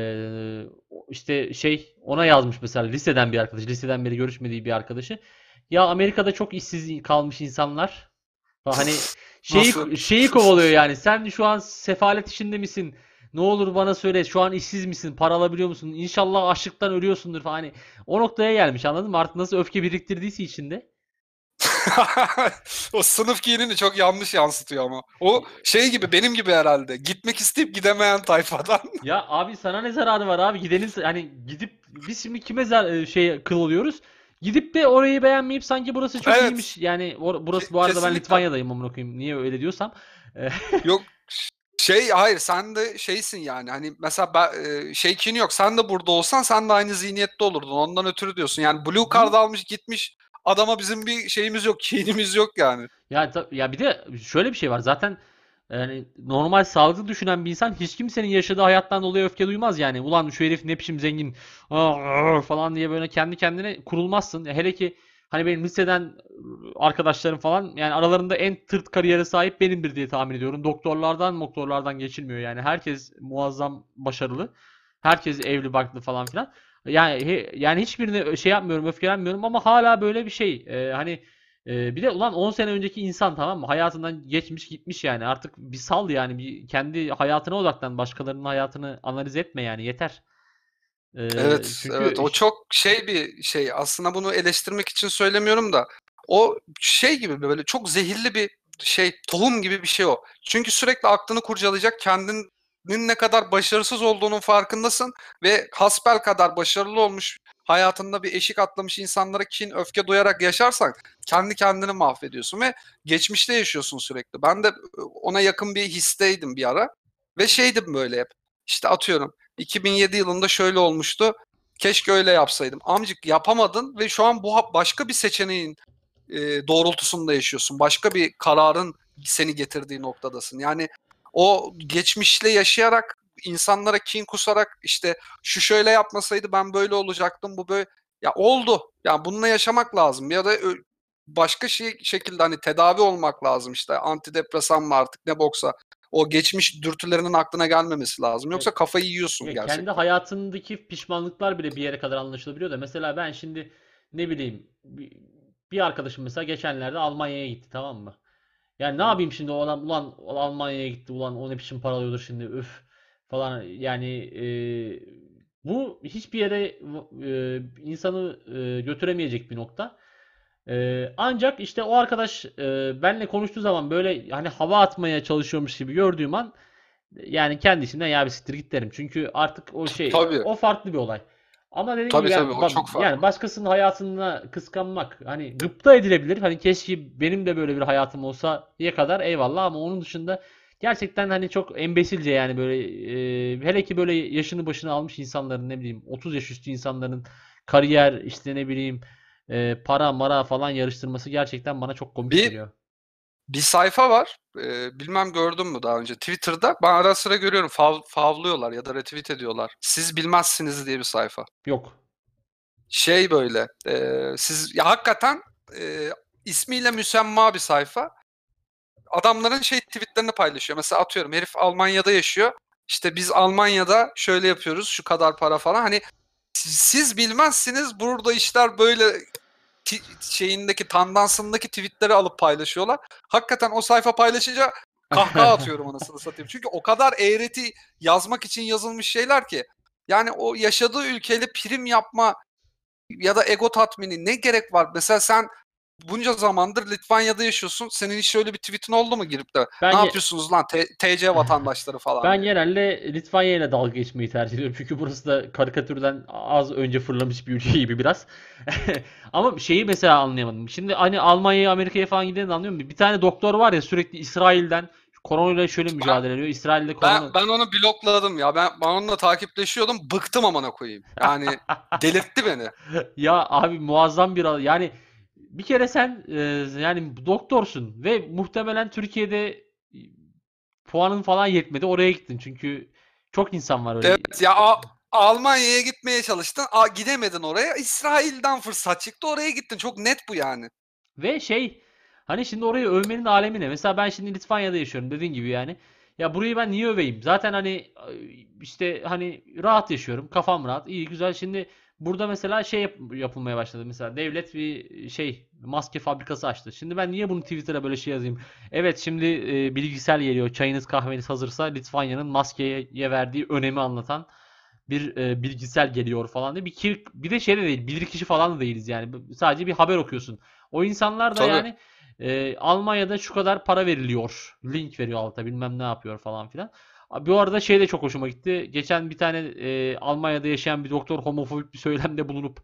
S2: İşte ona yazmış mesela, liseden bir arkadaş, liseden beri görüşmediği bir arkadaşı. Ya Amerika'da çok işsiz kalmış insanlar. Hani
S1: Nasıl?
S2: şeyi kovalıyor yani. Sen şu an sefalet içinde misin? Ne olur bana söyle. Şu an işsiz misin? Para alabiliyor musun? İnşallah açlıktan ölüyorsundur falan. Hani o noktaya gelmiş, anladın mı? Artık nasıl öfke biriktirdiyse içinde.
S1: O sınıf giyimini çok yanlış yansıtıyor ama. O şey gibi benim gibi herhalde. Gitmek isteyip gidemeyen tayfadan.
S2: Ya abi sana ne zararı var abi? Gidenin hani gidip biz şimdi kime kıl oluyoruz? Gidip de orayı beğenmeyip sanki burası çok
S1: Evet.
S2: iyiymiş. Yani burası, bu arada ben
S1: Kesinlikle.
S2: Litvanya'dayım amına koyayım. Niye öyle diyorsam.
S1: Yok hayır sen de şeysin yani hani mesela şeykin yok sen de burada olsan sen de aynı zihniyette olurdun ondan ötürü diyorsun yani Blue Card almış gitmiş adama bizim bir şeyimiz yok kinimiz yok yani.
S2: Ya bir de şöyle bir şey var. Zaten yani normal sağlıklı düşünen bir insan hiç kimsenin yaşadığı hayattan dolayı öfke duymaz yani. Ulan şu herif ne biçim zengin falan diye böyle kendi kendine kurulmazsın. Hele ki hani benim liseden arkadaşlarım falan, yani aralarında en tırt kariyere sahip benimdir diye tahmin ediyorum. Doktorlardan geçilmiyor yani. Herkes muazzam başarılı. Herkes evli barklı falan filan. Yani hiçbirine şey yapmıyorum, öfkelenmiyorum ama hala böyle bir şey. Hani bir de ulan 10 sene önceki insan, tamam mı? Hayatından geçmiş gitmiş yani. Artık bir sal yani. Bir kendi hayatına odaklan. Başkalarının hayatını analiz etme yani. Yeter.
S1: Evet, evet.
S2: Çünkü
S1: O çok şey bir şey. Aslında bunu eleştirmek için söylemiyorum da o şey gibi böyle çok zehirli bir şey, tohum gibi bir şey o. Çünkü sürekli aklını kurcalayacak, kendinin ne kadar başarısız olduğunun farkındasın ve hasbel kadar başarılı olmuş, hayatında bir eşik atlamış insanlara kin, öfke duyarak yaşarsan kendi kendini mahvediyorsun ve geçmişte yaşıyorsun sürekli. Ben de ona yakın bir histeydim bir ara ve şeydim böyle hep. İşte atıyorum 2007 yılında şöyle olmuştu. Keşke öyle yapsaydım. Amcık yapamadın ve şu an bu başka bir seçeneğin doğrultusunda yaşıyorsun. Başka bir kararın seni getirdiği noktadasın. Yani o geçmişle yaşayarak insanlara kin kusarak işte şu şöyle yapmasaydı ben böyle olacaktım, bu böyle ya oldu. Ya bununla yaşamak lazım ya da başka şekilde hani tedavi olmak lazım işte antidepresan mı artık ne boksa. O geçmiş dürtülerinin aklına gelmemesi lazım.
S2: ya,
S1: Yoksa kafayı yiyorsun
S2: ya kendi
S1: gerçekten.
S2: hayatındaki pişmanlıklar bile bir yere kadar anlaşılabiliyor da mesela ben şimdi ne bileyim bir arkadaşım mesela geçenlerde Almanya'ya gitti, tamam mı? Yani ne
S1: Hı.
S2: yapayım şimdi o adam, ulan Almanya'ya gitti, ulan o ne biçim para alıyordur şimdi, üf falan yani. Bu hiçbir yere insanı götüremeyecek bir nokta. Ancak işte o arkadaş benle konuştuğu zaman böyle hani hava atmaya çalışıyormuş gibi gördüğüm an yani kendisinden ya bir siktir git derim. Çünkü artık o şey,
S1: Tabii.
S2: o farklı bir olay. Ama dediğim gibi
S1: Tabii
S2: yani,
S1: tabii o çok
S2: yani
S1: farklı.
S2: başkasının hayatına kıskanmak hani gıpta edilebilir. Hani keşke benim de böyle bir hayatım olsa diye kadar eyvallah, ama onun dışında gerçekten hani çok embesilce yani böyle hele ki böyle yaşını başına almış insanların, ne bileyim 30 yaş üstü insanların kariyer işte ne bileyim para mara falan yarıştırması gerçekten bana çok komik
S1: Bir
S2: geliyor.
S1: bir sayfa var. Bilmem gördün mü daha önce Twitter'da. Ben ara sıra görüyorum. Favlıyorlar ya da retweet ediyorlar. Siz bilmezsiniz diye bir sayfa.
S2: Yok.
S1: Şey böyle. Siz ya hakikaten e, ismiyle müsemma bir sayfa. Adamların şey tweetlerini paylaşıyor. Mesela atıyorum herif Almanya'da yaşıyor. İşte biz Almanya'da şöyle yapıyoruz. Şu kadar para falan. Hani siz bilmezsiniz. Burada işler böyle şeyindeki tandansındaki tweetleri alıp paylaşıyorlar. Hakikaten o sayfa paylaşınca kahkaha atıyorum anasını satayım. Çünkü o kadar eğreti yazmak için yazılmış şeyler ki. Yani o yaşadığı ülkeyle prim yapma ya da ego tatmini ne gerek var? Mesela sen bunca zamandır Litvanya'da yaşıyorsun. Senin hiç şöyle bir tweetin oldu mu girip de ne
S2: Ben
S1: yapıyorsunuz lan TC vatandaşları falan
S2: Ben
S1: diye.
S2: genelde Litvanya ile dalga geçmeyi tercih ediyorum. Çünkü burası da karikatürden az önce fırlamış bir ülke gibi biraz. Ama şeyi mesela anlayamadım. Şimdi hani Almanya'ya, Amerika'ya falan gideni anlıyorum. Bir tane doktor var ya, sürekli İsrail'den koronayla şöyle
S1: Ben
S2: mücadele ediyor. İsrail'de
S1: ben
S2: korona...
S1: ben onu blokladım ya. Ben onunla takipleşiyordum. Bıktım amına koyayım. Yani delirtti beni.
S2: Ya abi muazzam bir yani bir kere sen yani doktorsun ve muhtemelen Türkiye'de puanın falan yetmedi, oraya gittin. Çünkü çok insan var öyle.
S1: Evet ya Almanya'ya gitmeye çalıştın. Gidemedin oraya. İsrail'den fırsat çıktı. Oraya gittin. Çok net bu yani.
S2: Ve şey, hani şimdi orayı övmenin alemi ne? Mesela ben şimdi Litvanya'da yaşıyorum dediğin gibi yani. Ya burayı ben niye öveyim? Zaten hani işte hani rahat yaşıyorum. Kafam rahat. İyi güzel. Şimdi burada mesela şey yapılmaya başladı. Mesela devlet bir şey maske fabrikası açtı. Şimdi ben niye bunu Twitter'a böyle şey yazayım? Evet, şimdi bilgisayar geliyor. Çayınız kahveniz hazırsa Litvanya'nın maskeye verdiği önemi anlatan bir bilgisayar geliyor falan diye. Bir de şey de değil. Bilirkişi falan da değiliz yani. Sadece bir haber okuyorsun. O insanlar da
S1: Tabii.
S2: yani Almanya'da şu kadar para veriliyor. Link veriyor altta, bilmem ne yapıyor falan filan. Bu arada şey de çok hoşuma gitti. Geçen bir tane Almanya'da yaşayan bir doktor homofobik bir söylemde bulunup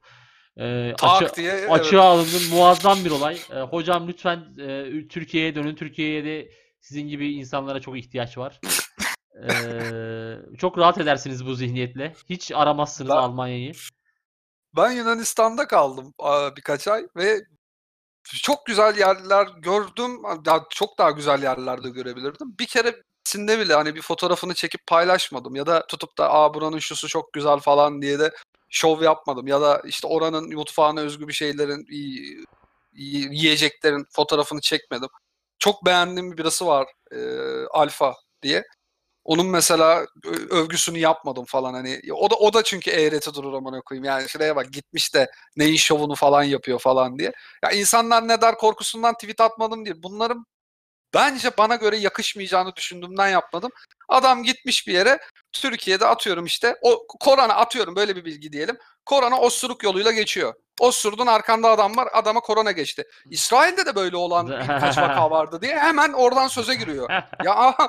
S1: Tak diye
S2: açığa
S1: evet.
S2: alındı. Muazzam bir olay. Hocam lütfen Türkiye'ye dönün. Türkiye'ye de sizin gibi insanlara çok ihtiyaç var. Çok rahat edersiniz bu zihniyetle. Hiç aramazsınız
S1: Ben,
S2: Almanya'yı.
S1: ben Yunanistan'da kaldım birkaç ay ve çok güzel yerler gördüm. Çok daha güzel yerlerde görebilirdim. Bir keresinde bile hani bir fotoğrafını çekip paylaşmadım ya da tutup da buranın şusu çok güzel falan diye de şov yapmadım ya da işte oranın mutfağına özgü bir şeylerin yiyeceklerin fotoğrafını çekmedim. Çok beğendiğim bir birası var Alfa diye. Onun mesela övgüsünü yapmadım falan hani. O da çünkü eğreti durur amına koyayım. Yani şuraya bak gitmiş de neyin şovunu falan yapıyor falan diye. Ya insanlar ne der korkusundan tweet atmadım değil. Bunların bence bana göre yakışmayacağını düşündüğümden yapmadım. Adam gitmiş bir yere, Türkiye'de atıyorum işte o korona, atıyorum böyle bir bilgi diyelim. Korona osuruk yoluyla geçiyor. Osurdun, arkanda adam var, adama korona geçti. İsrail'de de böyle olan birkaç vaka vardı diye hemen oradan söze giriyor. Ya aha,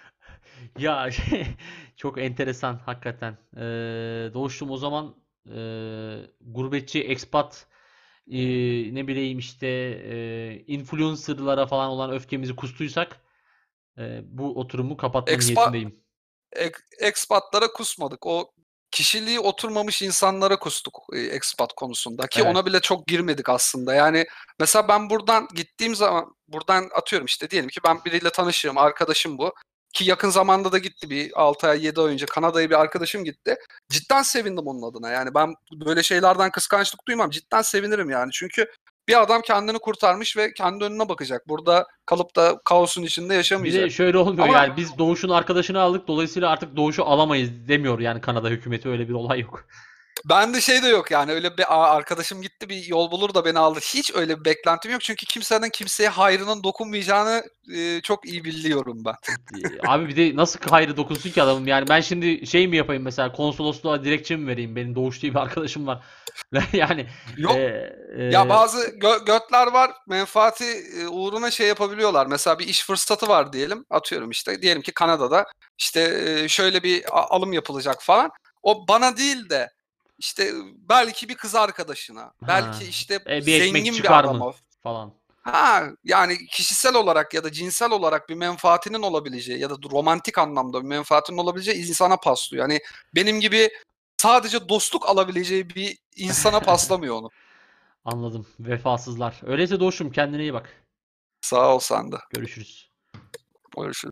S2: Ya çok enteresan hakikaten. Doğuş'um o zaman gurbetçi, expat, ne bileyim işte influencerlara falan olan öfkemizi kustuysak bu oturumu kapatma
S1: expa,
S2: niyetindeyim.
S1: expatlara kusmadık. O kişiliği oturmamış insanlara kustuk expat konusunda ki
S2: Evet.
S1: ona bile çok girmedik aslında. Yani mesela ben buradan gittiğim zaman, buradan atıyorum işte diyelim ki ben biriyle tanışıyorum, arkadaşım bu. Ki yakın zamanda da gitti, bir 6 ay 7 ay önce Kanada'ya bir arkadaşım gitti. Cidden sevindim onun adına. Yani ben böyle şeylerden kıskançlık duymam. Cidden sevinirim yani. Çünkü bir adam kendini kurtarmış ve kendi önüne bakacak. Burada kalıp da kaosun içinde
S2: Bir de
S1: yaşamayacak.
S2: şöyle olmuyor
S1: Ama
S2: yani biz Doğuş'un arkadaşını aldık dolayısıyla artık Doğuş'u alamayız demiyor yani Kanada hükümeti, öyle bir olay yok.
S1: bende şey de yok yani, öyle bir arkadaşım gitti bir yol bulur da beni aldı. Hiç öyle bir beklentim yok çünkü kimsenin kimseye hayrının dokunmayacağını çok iyi biliyorum ben.
S2: Abi bir de nasıl hayrı dokunsun ki adamım, yani ben şimdi şey mi yapayım mesela, konsolosluğa dilekçe mi vereyim, benim Doğuş diye bir arkadaşım var. Yani e,
S1: Yok ya,
S2: e,
S1: bazı götler var, menfaati uğruna şey yapabiliyorlar. Mesela bir iş fırsatı var diyelim, atıyorum işte diyelim ki Kanada'da işte şöyle bir alım yapılacak falan. O bana değil de işte belki bir kız arkadaşına, belki
S2: ha,
S1: işte
S2: bir ekmek
S1: zengin bir
S2: çıkar mı
S1: adama.
S2: falan.
S1: Ha, yani kişisel olarak ya da cinsel olarak bir menfaatinin olabileceği ya da romantik anlamda bir menfaatinin olabileceği insana paslıyor. Yani benim gibi sadece dostluk alabileceği bir insana paslamıyor onu.
S2: Anladım. Vefasızlar. Öyleyse Doğuş'um kendine iyi bak.
S1: Sağ ol sen de.
S2: Görüşürüz.
S1: Görüşürüz.